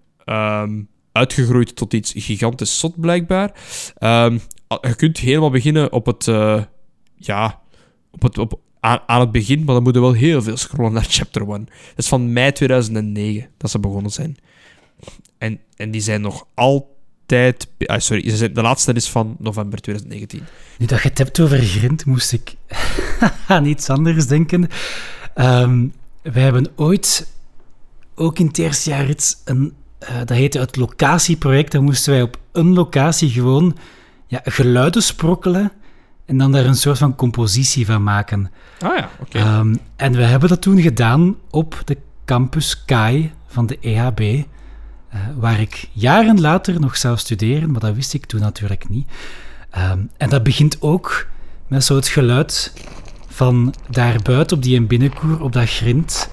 Um, uitgegroeid tot iets gigantisch zot, blijkbaar. Um, je kunt helemaal beginnen op het... Uh, ja... Op het, op, aan, aan het begin, maar dan moet je wel heel veel scrollen naar chapter one. Dat is van mei tweeduizend negen dat ze begonnen zijn. En, en die zijn nog altijd... Ah, sorry, ze zijn, de laatste is van november twintig negentien. Nu dat je het hebt over grind, moest ik aan iets anders denken. Um, wij hebben ooit, ook in het eerste jaar, iets... Een, Uh, dat heette het locatieproject. Dan moesten wij op een locatie gewoon ja, geluiden sprokkelen en dan daar een soort van compositie van maken. Ah ja, oké. Okay. Um, en we hebben dat toen gedaan op de campus K A I van de E H B, uh, waar ik jaren later nog zou studeren, maar dat wist ik toen natuurlijk niet. Um, en dat begint ook met zo het geluid van daarbuiten op die binnenkoer, op dat grind.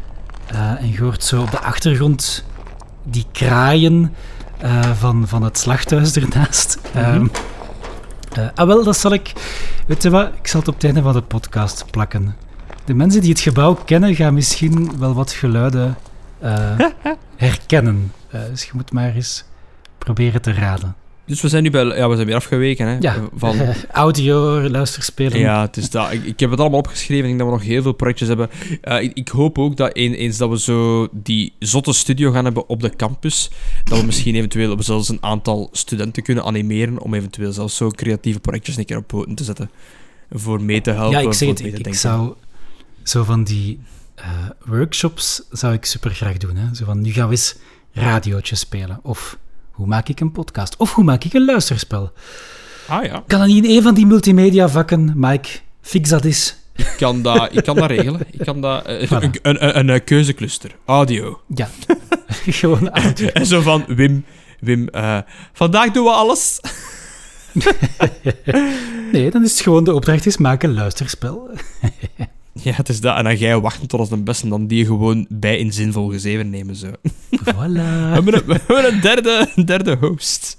Uh, en je hoort zo op de achtergrond... die kraaien uh, van, van het slachthuis ernaast. Mm-hmm. Um, uh, ah, wel, dat zal ik... Weet je wat? Ik zal het op het einde van de podcast plakken. De mensen die het gebouw kennen, gaan misschien wel wat geluiden uh, herkennen. Uh, dus je moet maar eens proberen te raden. Dus we zijn nu bij... Ja, we zijn weer afgeweken, hè? Ja, van... uh, audio, luisterspelen. Ja, het is dat. Ik, ik heb het allemaal opgeschreven. Ik denk dat we nog heel veel projectjes hebben. Uh, ik, ik hoop ook dat een, eens dat we zo die zotte studio gaan hebben op de campus, dat we misschien eventueel zelfs een aantal studenten kunnen animeren om eventueel zelfs zo creatieve projectjes een keer op poten te zetten. Voor mee te helpen. Ja, ik zeg het. Ik, ik zou zo van die uh, workshops zou ik super graag doen. Hè? Zo van, nu gaan we eens radiootjes spelen. Of... Hoe maak ik een podcast? Of hoe maak ik een luisterspel? Ah ja. Kan dat niet in een van die multimedia vakken, Mike? Fix dat eens. Ik kan dat, ik kan dat regelen. Ik kan dat... Uh, voilà. een, een, een, een keuzecluster. Audio. Ja. Gewoon audio. En zo van, Wim... Wim, uh, vandaag doen we alles. Nee, dan is het gewoon de opdracht is maken een luisterspel. Ja, het is dat. En dan ga je wachten tot als de beste dan die gewoon bij in zinvol gezeven nemen. Zo. Voilà. We hebben een, we hebben een, derde, een derde host.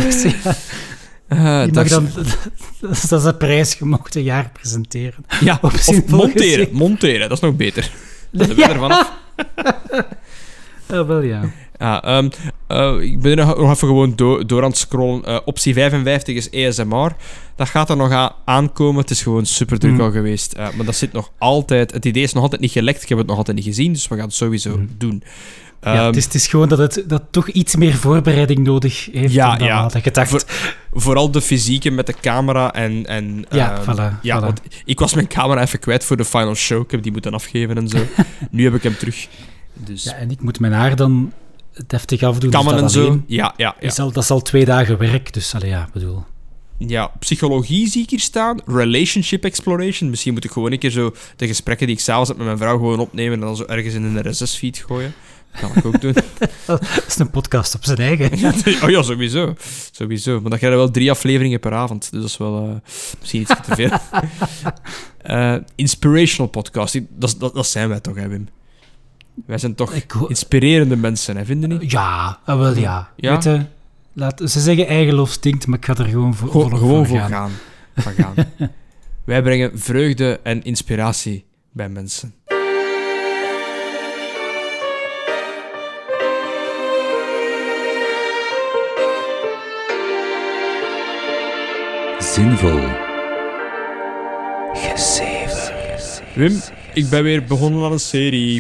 Uh, dat, dan, dat is een prijs, je mocht een jaar presenteren. Ja, of monteren. Gezien. Monteren, dat is nog beter. Dat hebben we ervan af. Oh, wel ja. Ja, um, uh, ik ben er nog even gewoon do- door aan het scrollen. Uh, optie vijfenvijftig is A S M R. Dat gaat er nog a- aankomen. Het is gewoon super druk mm. al geweest. Uh, maar dat zit nog altijd... Het idee is nog altijd niet gelekt. Ik heb het nog altijd niet gezien. Dus we gaan het sowieso mm. doen. Um, ja, het is, het is gewoon dat het dat toch iets meer voorbereiding nodig heeft ja, dan ja. had ik gedacht. Voor, vooral de fysieke met de camera en... en ja, um, voilà. Ja, voilà. Want ik was mijn camera even kwijt voor de final show. Ik heb die moeten afgeven en zo. Nu heb ik hem terug. Dus. Ja, en ik moet mijn haar dan deftig afdoen. Kammen dus en alleen, zo. Ja, ja, ja. Is al, dat is al twee dagen werk, dus allee, ja, bedoel... Ja, psychologie zie ik hier staan. Relationship exploration. Misschien moet ik gewoon een keer zo de gesprekken die ik s'avonds heb met mijn vrouw gewoon opnemen en dan zo ergens in een R S S-feed gooien. kan ik ook doen. Dat is een podcast op zijn eigen. Oh ja, sowieso. Sowieso. Maar dan krijg je wel drie afleveringen per avond. Dus dat is wel uh, misschien iets te veel. uh, inspirational podcast. Dat, dat, dat zijn wij toch, hè, Wim? Wij zijn toch ho- inspirerende mensen, hè, vinden niet? Ja, wel ja. ja? Weet je, laat, ze zeggen eigen lof stinkt, maar ik ga er gewoon voor, Go- gewoon voor gaan. gaan. Van gaan. Wij brengen vreugde en inspiratie bij mensen. Zinvol. Gezever. Wim, ik ben weer begonnen aan een serie.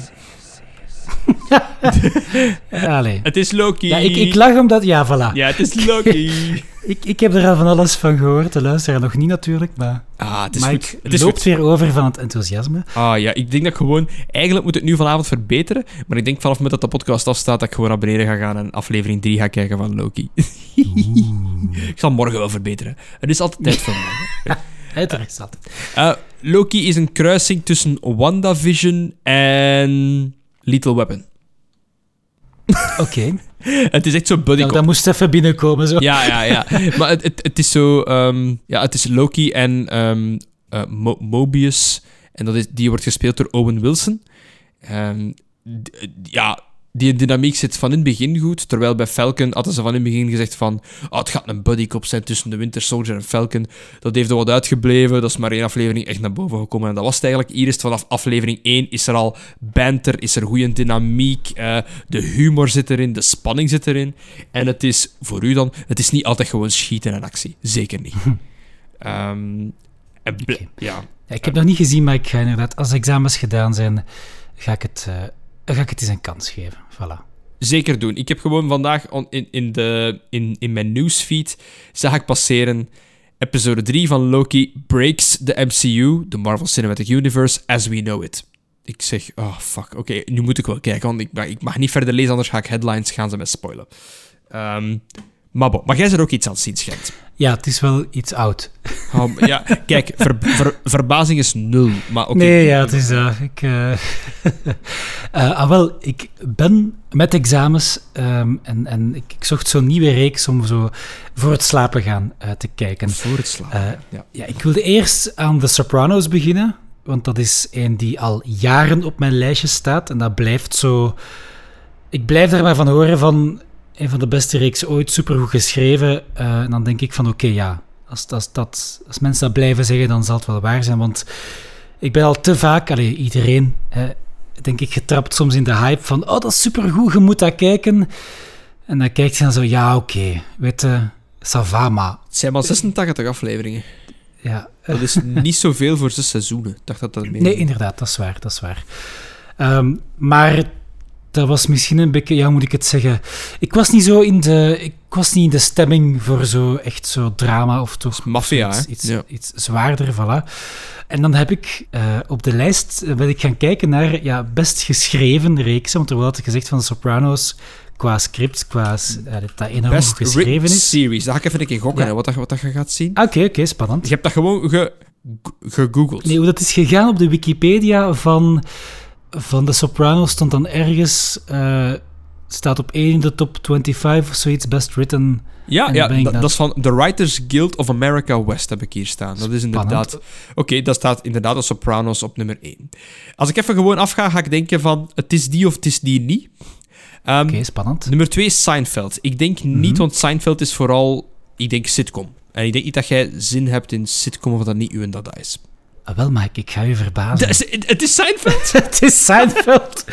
Allee. Het is Loki. Ja, ik, ik lach omdat... Ja, voilà. Ja, het is Loki. ik, ik heb er al van alles van gehoord. De luisteraar nog niet natuurlijk, maar... Ah, het is maar goed. ik Het is loopt goed. weer over van het enthousiasme. Ah ja, ik denk dat ik gewoon... Eigenlijk moet het nu vanavond verbeteren, maar ik denk vanaf het moment dat de podcast afstaat dat ik gewoon naar beneden ga gaan en aflevering drie ga kijken van Loki. Ik zal morgen wel verbeteren. Het is altijd tijd voor morgen. Interessant. Uh, Loki is een kruising tussen WandaVision en Lethal Weapon. Oké. Okay. Het is echt zo buddy nou, cop. dat moest even binnenkomen, zo. Ja, ja, ja. Maar het, het, het is zo... Um, ja, het is Loki en um, uh, Mo- Mobius. En dat is, die wordt gespeeld door Owen Wilson. Um, d- ja, die dynamiek zit van in het begin goed. Terwijl bij Falcon hadden ze van in het begin gezegd van... Oh, het gaat een buddy cop zijn tussen de Winter Soldier en Falcon. Dat heeft er wat uitgebleven. Dat is maar één aflevering echt naar boven gekomen. En dat was het eigenlijk. Hier is het vanaf aflevering één. Is er al banter, is er goede dynamiek. Uh, de humor zit erin, de spanning zit erin. En het is, voor u dan... Het is niet altijd gewoon schieten en actie. Zeker niet. um, en bl- okay. ja. Ja, ik heb nog niet gezien, maar ik ga inderdaad... Als de examens gedaan zijn, ga ik het... Uh, ga ik het eens een kans geven. Voilà. Zeker doen. Ik heb gewoon vandaag on, in, in, de, in, in mijn newsfeed zag ik passeren episode drie van Loki breaks the M C U, de Marvel Cinematic Universe, as we know it. Ik zeg, oh fuck, oké, okay, nu moet ik wel kijken, want ik, ik mag niet verder lezen, anders ga ik headlines gaan ze mij spoilen. Um, maar bon, maar jij er ook iets aan het zien, schijnt. Ja, het is wel iets oud. Oh, ja, kijk, ver, ver, verbazing is nul, maar oké. Okay. Nee, ja, het is... Uh, ik, uh, uh, ah, wel, ik ben met examens um, en, en ik, ik zocht zo'n nieuwe reeks om zo voor het slapen gaan uh, te kijken. Voor het slapen, uh, ja. ja. Ik wilde eerst aan The Sopranos beginnen, want dat is een die al jaren op mijn lijstje staat en dat blijft zo... Ik blijf er maar van horen van... Een van de beste reeksen ooit, supergoed geschreven. Uh, en dan denk ik van, oké, okay, ja, als, als, dat, als mensen dat blijven zeggen, dan zal het wel waar zijn. Want ik ben al te vaak, allee, iedereen, hè, denk ik, getrapt soms in de hype van, oh, dat is supergoed, je moet dat kijken. En dan kijkt je dan zo, ja, oké, okay, weet je, ça va, maar... Het zijn maar zesentachtig afleveringen. Ja. Dat is niet zoveel voor zes seizoenen. Ik dacht dat dat meer... Nee, inderdaad, dat is waar, dat is waar. Um, maar... Dat was misschien een beetje, ja, hoe moet ik het zeggen? Ik was niet zo in de, ik was niet in de stemming voor zo echt zo drama of toch maffia, iets, hè? Iets, ja. iets zwaarder, voilà. En dan heb ik uh, op de lijst ben ik gaan kijken naar ja, best geschreven reeksen, want er wordt altijd gezegd van de Sopranos qua script, qua uh, dat enorm best geschreven is. Series, daar ga ik even een keer gokken, ja. hè, wat, dat, wat dat je gaat zien. Oké, okay, oké, okay, spannend. Je hebt dat gewoon ge, gegoogeld. Nee, hoe dat is gegaan op de Wikipedia van... Van de Sopranos stond dan ergens... Uh, staat op één in de top vijfentwintig of zoiets, best written. Ja, ja dat, dat... dat is van The Writers Guild of America West, heb ik hier staan. Dat is inderdaad... Oké, okay, dat staat inderdaad de Sopranos op nummer één. Als ik even gewoon afga, ga ik denken van... Het is die of het is die niet. Um, Oké, okay, spannend. Nummer twee is Seinfeld. Ik denk mm-hmm. niet, want Seinfeld is vooral... Ik denk sitcom. En ik denk niet dat jij zin hebt in sitcom of dat niet uw en dat is. Ah, wel, maar ik ga je verbazen. Is, het is Seinfeld? Het is Seinfeld.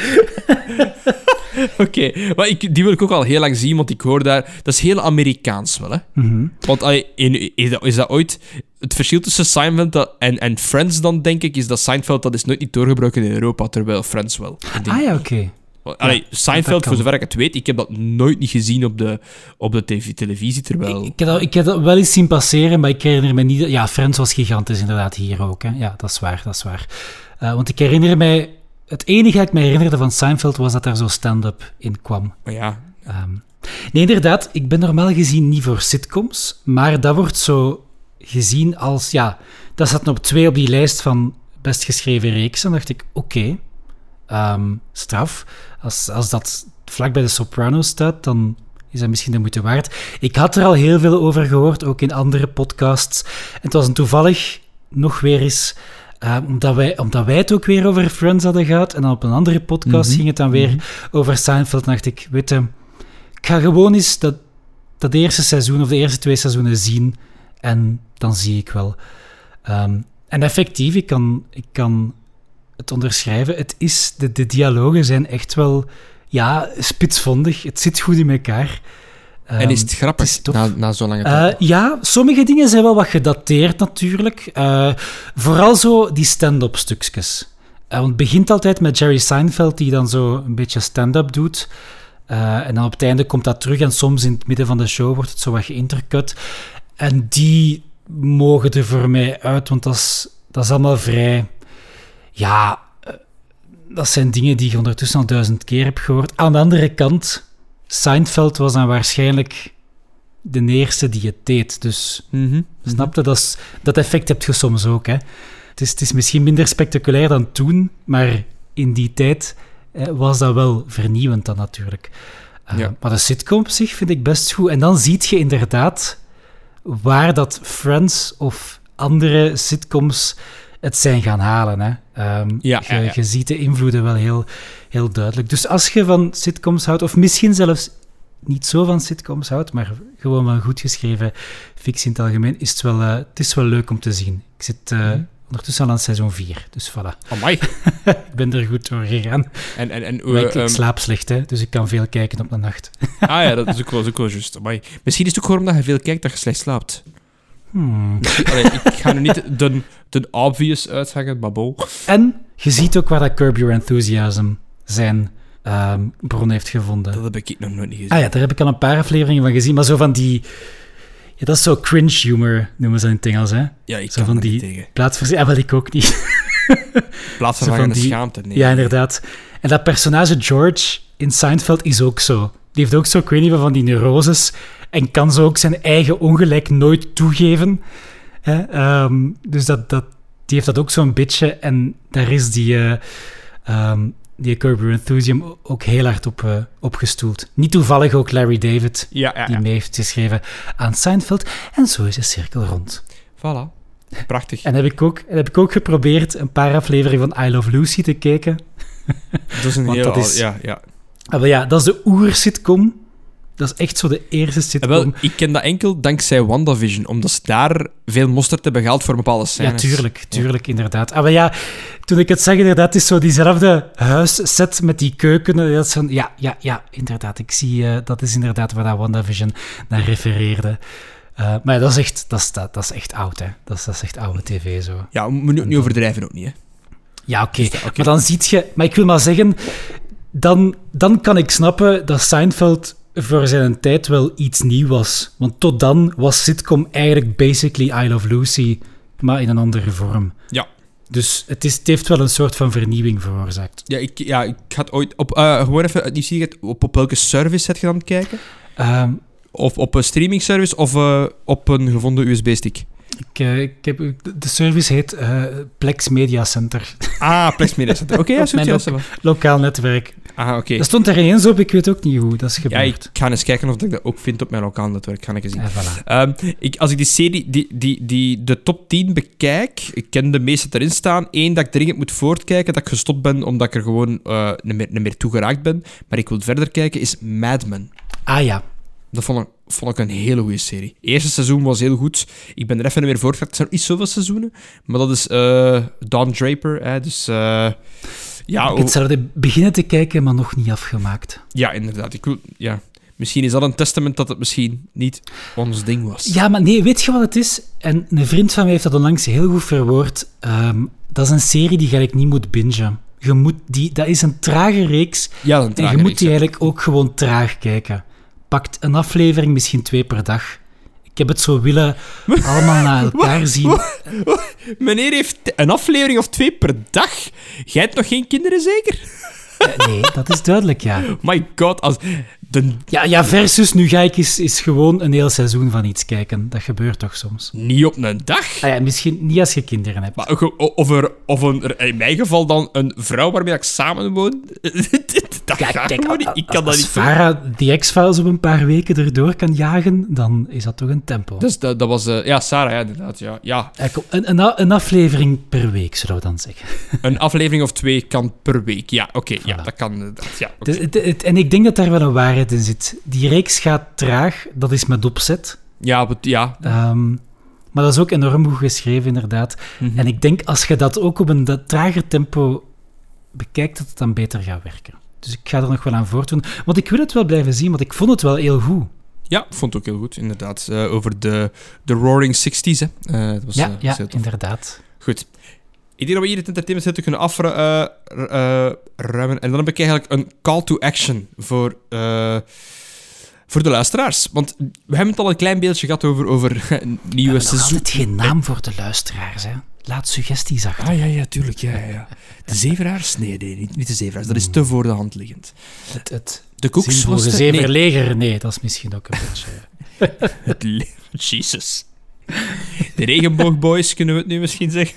Oké, okay, maar ik, die wil ik ook al heel lang zien, want ik hoor daar... Dat is heel Amerikaans wel, hè? Mm-hmm. Want allee, in, is, dat, is dat ooit... Het verschil tussen Seinfeld dat, en, en Friends dan, denk ik, is dat Seinfeld dat is nooit niet doorgebroken in Europa, terwijl Friends wel. Ah ja, oké. Okay. Allee, ja, Seinfeld, voor zover ik het weet, ik heb dat nooit niet gezien op de, op de tv, televisie, terwijl... Ik, ik, heb dat, ik heb dat wel eens zien passeren, maar ik herinner me niet... Ja, Friends was gigantisch inderdaad hier ook, hè. Ja, dat is waar, dat is waar. Uh, want ik herinner mij... Het enige dat ik me herinnerde van Seinfeld was dat daar zo stand-up in kwam. Maar ja... Um, nee, inderdaad, ik ben normaal gezien niet voor sitcoms, maar dat wordt zo gezien als... Ja, dat zat op twee op die lijst van best geschreven reeksen. Dan dacht ik, oké... Okay, um, straf. Als, als dat vlak bij de Sopranos staat, dan is dat misschien de moeite waard. Ik had er al heel veel over gehoord, ook in andere podcasts. En het was een toevallig nog weer eens... Uh, omdat, wij, omdat wij het ook weer over Friends hadden gehad, en dan op een andere podcast mm-hmm. ging het dan weer mm-hmm. over Seinfeld, dacht ik, weet je, ik ga gewoon eens dat, dat eerste seizoen of de eerste twee seizoenen zien, en dan zie ik wel. Um, en effectief, ik kan, ik kan het onderschrijven, het is, de, de dialogen zijn echt wel, ja, spitsvondig, het zit goed in elkaar. Um, en is het grappig het is na, na zo'n lange tijd? Uh, ja, sommige dingen zijn wel wat gedateerd natuurlijk. Uh, vooral zo die stand-up stukjes. Uh, want het begint altijd met Jerry Seinfeld, die dan zo een beetje stand-up doet. Uh, en dan op het einde komt dat terug en soms in het midden van de show wordt het zo wat geïntercut. En die mogen er voor mij uit, want dat is, dat is allemaal vrij... Ja, uh, dat zijn dingen die je ondertussen al duizend keer hebt gehoord. Aan de andere kant... Seinfeld was dan waarschijnlijk de eerste die het deed. Dus mm-hmm. snap je, dat, is, dat effect heb je soms ook. Hè. Het, is, het is misschien minder spectaculair dan toen, maar in die tijd eh, was dat wel vernieuwend dan natuurlijk. Uh, ja. Maar de sitcom op zich vind ik best goed. En dan zie je inderdaad waar dat Friends of andere sitcoms het zijn gaan halen. Hè. Um, ja, je, ja, ja. je ziet de invloeden wel heel, heel duidelijk. Dus als je van sitcoms houdt, of misschien zelfs niet zo van sitcoms houdt, maar gewoon van goed geschreven fictie in het algemeen, is het wel, uh, het is wel leuk om te zien. Ik zit uh, mm-hmm. ondertussen al aan seizoen vier, dus voilà. Amai. Ik ben er goed door gegaan. En, en, en, uh, maar ik, ik um... slaap slecht, hè, dus ik kan veel kijken op de nacht. Ah ja, dat is ook wel, is ook wel juist. Amai. Misschien is het ook gewoon omdat je veel kijkt dat je slecht slaapt. Hmm. Allee, ik ga nu niet de, de obvious uithangen, maar bol. En je ziet ook waar dat Curb Your Enthusiasm zijn um, bron heeft gevonden. Dat heb ik nog nooit niet gezien. Ah ja, daar heb ik al een paar afleveringen van gezien, maar zo van die... Ja, dat is zo cringe humor, noemen ze in het Engels, hè? Ja, ik zo kan van er die niet tegen. Plaatsverzie... Ah, wel, ik ook niet. Plaatsvervangende die... schaamte, nee. Ja, inderdaad. En dat personage George in Seinfeld is ook zo. Die heeft ook zo, ik weet niet wat, van die neuroses en kan zo ook zijn eigen ongelijk nooit toegeven. Hè? Um, dus dat, dat, die heeft dat ook zo'n beetje. En daar is die, uh, um, die Curb Your Enthusiasm ook heel hard op, uh, op gestoeld. Niet toevallig ook Larry David, ja, ja, ja. die mee heeft geschreven aan Seinfeld. En zo is de cirkel rond. Voilà. Prachtig. En heb ik ook, heb ik ook geprobeerd een paar afleveringen van I Love Lucy te kijken. Dat is een Want heel... dat is, ja, ja. Maar ja, dat is de oer-sitcom. Dat is echt zo de eerste sitcom. Wel, ik ken dat enkel dankzij WandaVision, omdat ze daar veel mosterd hebben gehaald voor bepaalde scènes. Ja, tuurlijk, tuurlijk, ja. Inderdaad. Maar ja, toen ik het zeg, inderdaad, is zo diezelfde huisset met die keuken. Dat is van, ja, ja, ja, inderdaad. Ik zie, uh, dat is inderdaad waar dat WandaVision naar refereerde. Uh, maar ja, dat is echt, dat is, dat, dat is echt oud, hè. Dat is, dat is echt oude tv, zo. Ja, we moeten niet overdrijven ook niet, hè. Ja, oké. Okay. Okay. Maar dan ziet je... Maar ik wil maar zeggen, dan, dan kan ik snappen dat Seinfeld voor zijn tijd wel iets nieuw was. Want tot dan was sitcom eigenlijk basically I Love Lucy, maar in een andere vorm. Ja. Dus het, is, het heeft wel een soort van vernieuwing veroorzaakt. Ja, ik, ja, ik had ooit... Op, uh, gewoon even uit nieuwsgierigheid, op, op welke service heb je dan kijken? Um, of op een streaming service of uh, op een gevonden U S B-stick? Ik, uh, ik heb, de service heet uh, Plex Media Center. Ah, Plex Media Center. Oké, okay, ja, zoet. Mijn lo- lokaal netwerk. Ah, oké. Okay. Dat stond er ineens op, ik weet ook niet hoe dat is gebeurd. Ja, ik ga eens kijken of ik dat ook vind op mijn lokaal netwerk. Ga ik eens zien. Ja, voilà. um, ik, als ik die serie, die, die, die, de top tien bekijk, ik ken de meeste erin staan. Eén dat ik dringend moet voortkijken, dat ik gestopt ben omdat ik er gewoon uh, niet, meer, niet meer toe geraakt ben. Maar ik wil verder kijken, is Mad Men. Ah ja. Dat vond ik, vond ik een hele goede serie. Het eerste seizoen was heel goed. Ik ben er even niet meer voortgegaan. Het zijn niet zoveel seizoenen. Maar dat is uh, Don Draper. Hè, dus... Uh, Ja, ik heb hetzelfde beginnen te kijken, maar nog niet afgemaakt. Ja, inderdaad. Ik wil, ja. Misschien is dat een testament dat het misschien niet ons ding was. Ja, maar nee, weet je wat het is? En een vriend van mij heeft dat onlangs heel goed verwoord. Um, dat is een serie die je eigenlijk niet moet bingen. Je moet die, dat is een trage reeks. Ja, een trage en je moet reeks, die ja. eigenlijk ook gewoon traag kijken. Pakt een aflevering, misschien twee per dag. Ik heb het zo willen allemaal naar elkaar zien. Meneer heeft een aflevering of twee per dag. Jij hebt nog geen kinderen, zeker? Uh, nee, dat is duidelijk, ja. My god, als De... Ja, ja, versus nu ga ik eens, eens gewoon een heel seizoen van iets kijken. Dat gebeurt toch soms? Niet op een dag. Ah ja, misschien niet als je kinderen hebt. Maar of er, of een, in mijn geval dan een vrouw waarmee ik samen woon. Dat Kijk, gaat kijk, gewoon niet. Ik kan als dat niet doen. Farah die X-Files op een paar weken erdoor kan jagen, dan is dat toch een tempo. Dus dat, dat was... Uh, ja, Sarah, ja, inderdaad. Ja. Ja. Een, een, een aflevering per week, zullen we dan zeggen. Een aflevering of twee kan per week. Ja, oké. Okay, voilà. Ja, dat kan inderdaad. Ja, okay. het, het, het, en ik denk dat daar wel een waarheid in zit. Die reeks gaat traag, dat is met opzet. Ja, but, ja. Um, maar dat is ook enorm goed geschreven, inderdaad. Mm-hmm. En ik denk, als je dat ook op een dat trager tempo bekijkt, dat het dan beter gaat werken. Dus ik ga er nog wel aan voortdoen. Want ik wil het wel blijven zien, want ik vond het wel heel goed. Ja, ik vond het ook heel goed, inderdaad. Uh, over de, de Roaring Sixties, hè. Uh, dat was, ja, uh, ja inderdaad. Goed. Ik denk dat we hier het entertainment zitten kunnen afruimen. Uh, uh, en dan heb ik eigenlijk een call to action voor, uh, voor de luisteraars. Want we hebben het al een klein beeldje gehad over, over nieuwe ja, seizoen. Het is geen naam voor de luisteraars, hè. Laat suggesties achter. Ah, ja, ja, tuurlijk. Ja, ja, ja. De Zeveraars? Nee, nee, niet, niet de Zeveraars. Dat is te voor de hand liggend. Het, het de Koeks was de Zeverleger? Nee. nee, dat is misschien ook een beetje... het le- Jesus. De Regenboogboys, kunnen we het nu misschien zeggen?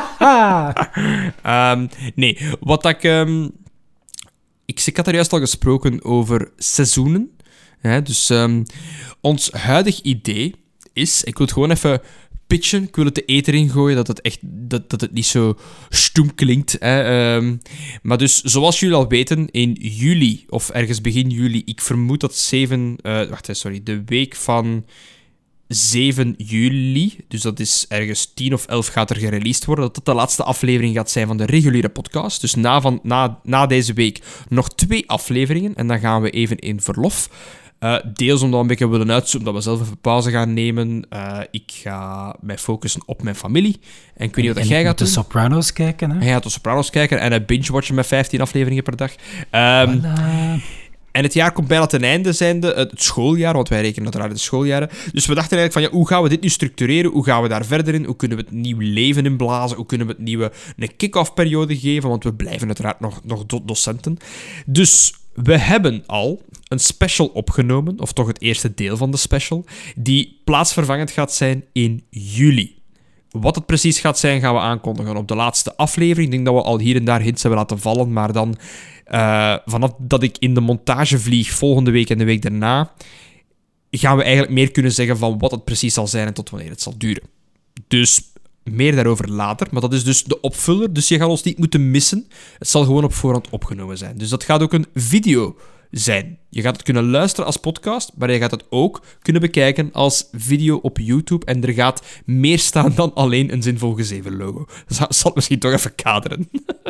um, nee, wat ik... Um, ik... Ik had er juist al gesproken over seizoenen. Hè, dus um, ons huidig idee is... Ik wil het gewoon even pitchen. Ik wil het de eter ingooien, dat het echt dat, dat het niet zo stoem klinkt. Hè. Um, maar dus, zoals jullie al weten, in juli, of ergens begin juli, ik vermoed dat zeven... Uh, wacht, sorry. De week van... zeven juli, dus dat is ergens tien of elf gaat er gereleased worden, dat dat de laatste aflevering gaat zijn van de reguliere podcast. Dus na, van, na, na deze week nog twee afleveringen en dan gaan we even in verlof. Uh, deels omdat we een beetje willen uitzoomen, dat we zelf even pauze gaan nemen. Uh, ik ga mij focussen op mijn familie. En ik weet niet wat en jij gaat de doen. De Sopranos kijken, hè? En jij gaat de Sopranos kijken en een binge-watchen met vijftien afleveringen per dag. Um, voilà. En het jaar komt bijna ten einde zijnde, het schooljaar, want wij rekenen uiteraard de schooljaren. Dus we dachten eigenlijk van, ja, hoe gaan we dit nu structureren? Hoe gaan we daar verder in? Hoe kunnen we het nieuw leven inblazen? Hoe kunnen we het nieuwe een kick-off periode geven? Want we blijven uiteraard nog, nog do- docenten. Dus we hebben al een special opgenomen, of toch het eerste deel van de special, die plaatsvervangend gaat zijn in juli. Wat het precies gaat zijn, gaan we aankondigen op de laatste aflevering. Ik denk dat we al hier en daar hints hebben laten vallen, maar dan... Uh, vanaf dat ik in de montage vlieg volgende week en de week daarna, gaan we eigenlijk meer kunnen zeggen van wat het precies zal zijn en tot wanneer het zal duren. Dus meer daarover later, maar dat is dus de opvuller, dus je gaat ons niet moeten missen. Het zal gewoon op voorhand opgenomen zijn. Dus dat gaat ook een video zijn. Je gaat het kunnen luisteren als podcast, maar je gaat het ook kunnen bekijken als video op YouTube en er gaat meer staan dan alleen een zinvol gezeven logo. Dat zal misschien toch even kaderen.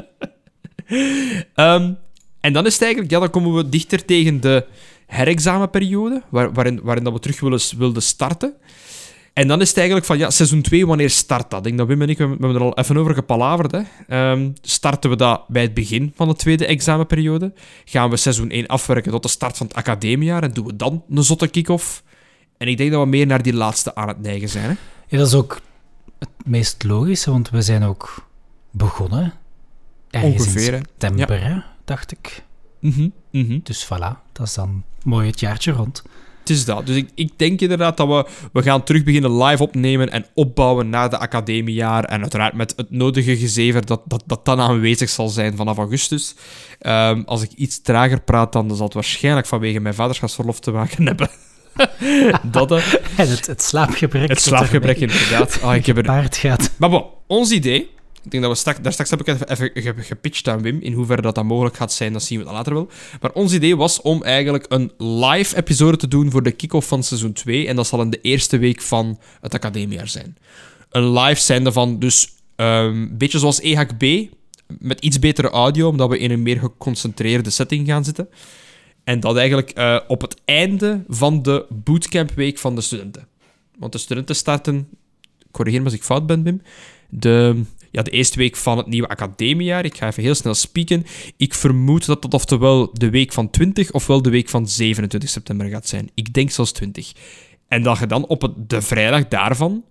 um, En dan is het eigenlijk, ja, dan komen we dichter tegen de herexamenperiode, waar, waarin, waarin dat we terug willen, wilden starten. En dan is het eigenlijk van, ja, seizoen twee, wanneer start dat? Ik denk dat Wim en ik, we, we hebben er al even over gepalaverd. Hè. Um, starten we dat bij het begin van de tweede examenperiode? Gaan we seizoen één afwerken tot de start van het academiejaar en doen we dan een zotte kick-off? En ik denk dat we meer naar die laatste aan het neigen zijn. Hè. Ja, dat is ook het meest logische, want we zijn ook begonnen. Ergens Ongeveer, in september, ja. hè, dacht ik. Mm-hmm, mm-hmm. Dus voilà, dat is dan mooi het jaartje rond. Het is dat. Dus ik, ik denk inderdaad dat we, we gaan terug beginnen live opnemen en opbouwen naar de academiejaar. En uiteraard met het nodige gezever dat, dat, dat dan aanwezig zal zijn vanaf augustus. Um, als ik iets trager praat, dan zal het waarschijnlijk vanwege mijn vaderschapsverlof te maken hebben. dat, uh, en het, het slaapgebrek. Het slaapgebrek, inderdaad. Oh, ik heb er... paard gaat. Maar bon, ons idee... Ik denk dat we straks... Daar straks heb ik even, even gepitcht aan Wim. In hoeverre dat, dat mogelijk gaat zijn, dat zien we dan later wel. Maar ons idee was om eigenlijk een live episode te doen voor de kick-off van seizoen twee. En dat zal in de eerste week van het academiejaar zijn. Een live zijnde van dus... Een um, beetje zoals E H A C B. Met iets betere audio, omdat we in een meer geconcentreerde setting gaan zitten. En dat eigenlijk uh, op het einde van de bootcampweek van de studenten. Want de studenten starten... Corrigeer me als ik fout ben, Wim. De... Ja, de eerste week van het nieuwe academiejaar. Ik ga even heel snel spieken. Ik vermoed dat dat oftewel de week van twintig ofwel de week van zevenentwintig september gaat zijn. Ik denk zelfs twintig. En dat je dan op het, de vrijdag daarvan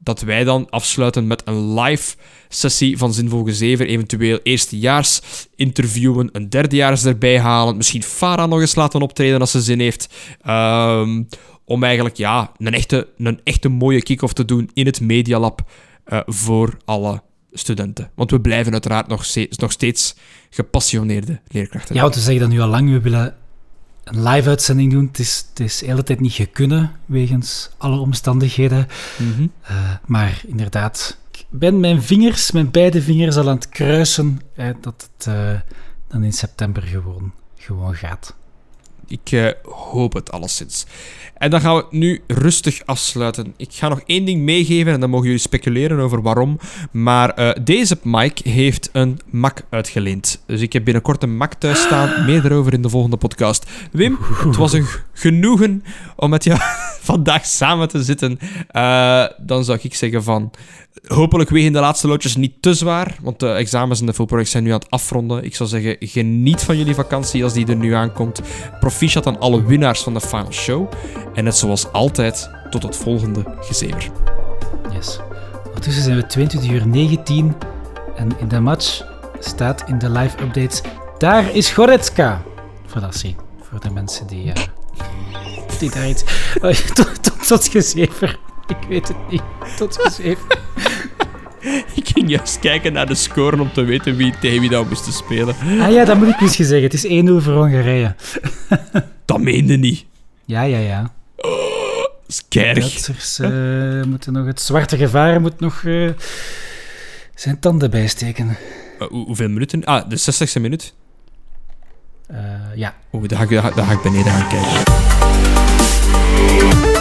dat wij dan afsluiten met een live sessie van Zinvol Zeven, eventueel eerstejaars interviewen, een derdejaars erbij halen, misschien Farah nog eens laten optreden als ze zin heeft, um, om eigenlijk ja, een, echte, een echte mooie kick-off te doen in het Media Lab uh, voor alle studenten. Want we blijven uiteraard nog steeds, nog steeds gepassioneerde leerkrachten. Ja, want we zeggen dat nu al lang, we willen een live-uitzending doen. Het is, het is de hele tijd niet gekunnen, wegens alle omstandigheden. Mm-hmm. Uh, maar inderdaad, ik ben mijn vingers, mijn beide vingers al aan het kruisen, eh, dat het uh, dan in september gewoon, gewoon gaat. Ik uh, hoop het alleszins. En dan gaan we het nu rustig afsluiten. Ik ga nog één ding meegeven en dan mogen jullie speculeren over waarom. Maar uh, deze Mike heeft een Mac uitgeleend. Dus ik heb binnenkort een Mac thuis staan. Meer daarover in de volgende podcast. Wim, het was een genoegen om met jou vandaag samen te zitten. Uh, dan zou ik zeggen van... Hopelijk wegen de laatste loodjes niet te zwaar, want de examens en de full projects zijn nu aan het afronden. Ik zou zeggen, geniet van jullie vakantie als die er nu aankomt. Proficiat aan alle winnaars van de final show. En net zoals altijd, tot het volgende gezever. Yes. Ondertussen zijn we tweeëntwintig uur negentien en in de match staat in de live updates, daar is Goretzka. Voilà, zie. Voor de mensen die, uh, die daar iets... Oh, tot, tot, tot gezever. Ik weet het niet. Tot gezeven. Ik ging juist kijken naar de score om te weten wie tegen wie dat moest spelen. Ah ja, dat moet ik misschien zeggen. Het is één nul voor Hongarije. Dat meende niet. Ja, ja, ja. Oh, dat is kerig. De Duitsers uh, moeten nog... Het zwarte gevaar moet nog uh, zijn tanden bijsteken. Uh, hoe, hoeveel minuten? Ah, de zestigste minuut. Uh, ja. Oeh, daar ga ik, daar ga ik beneden gaan kijken.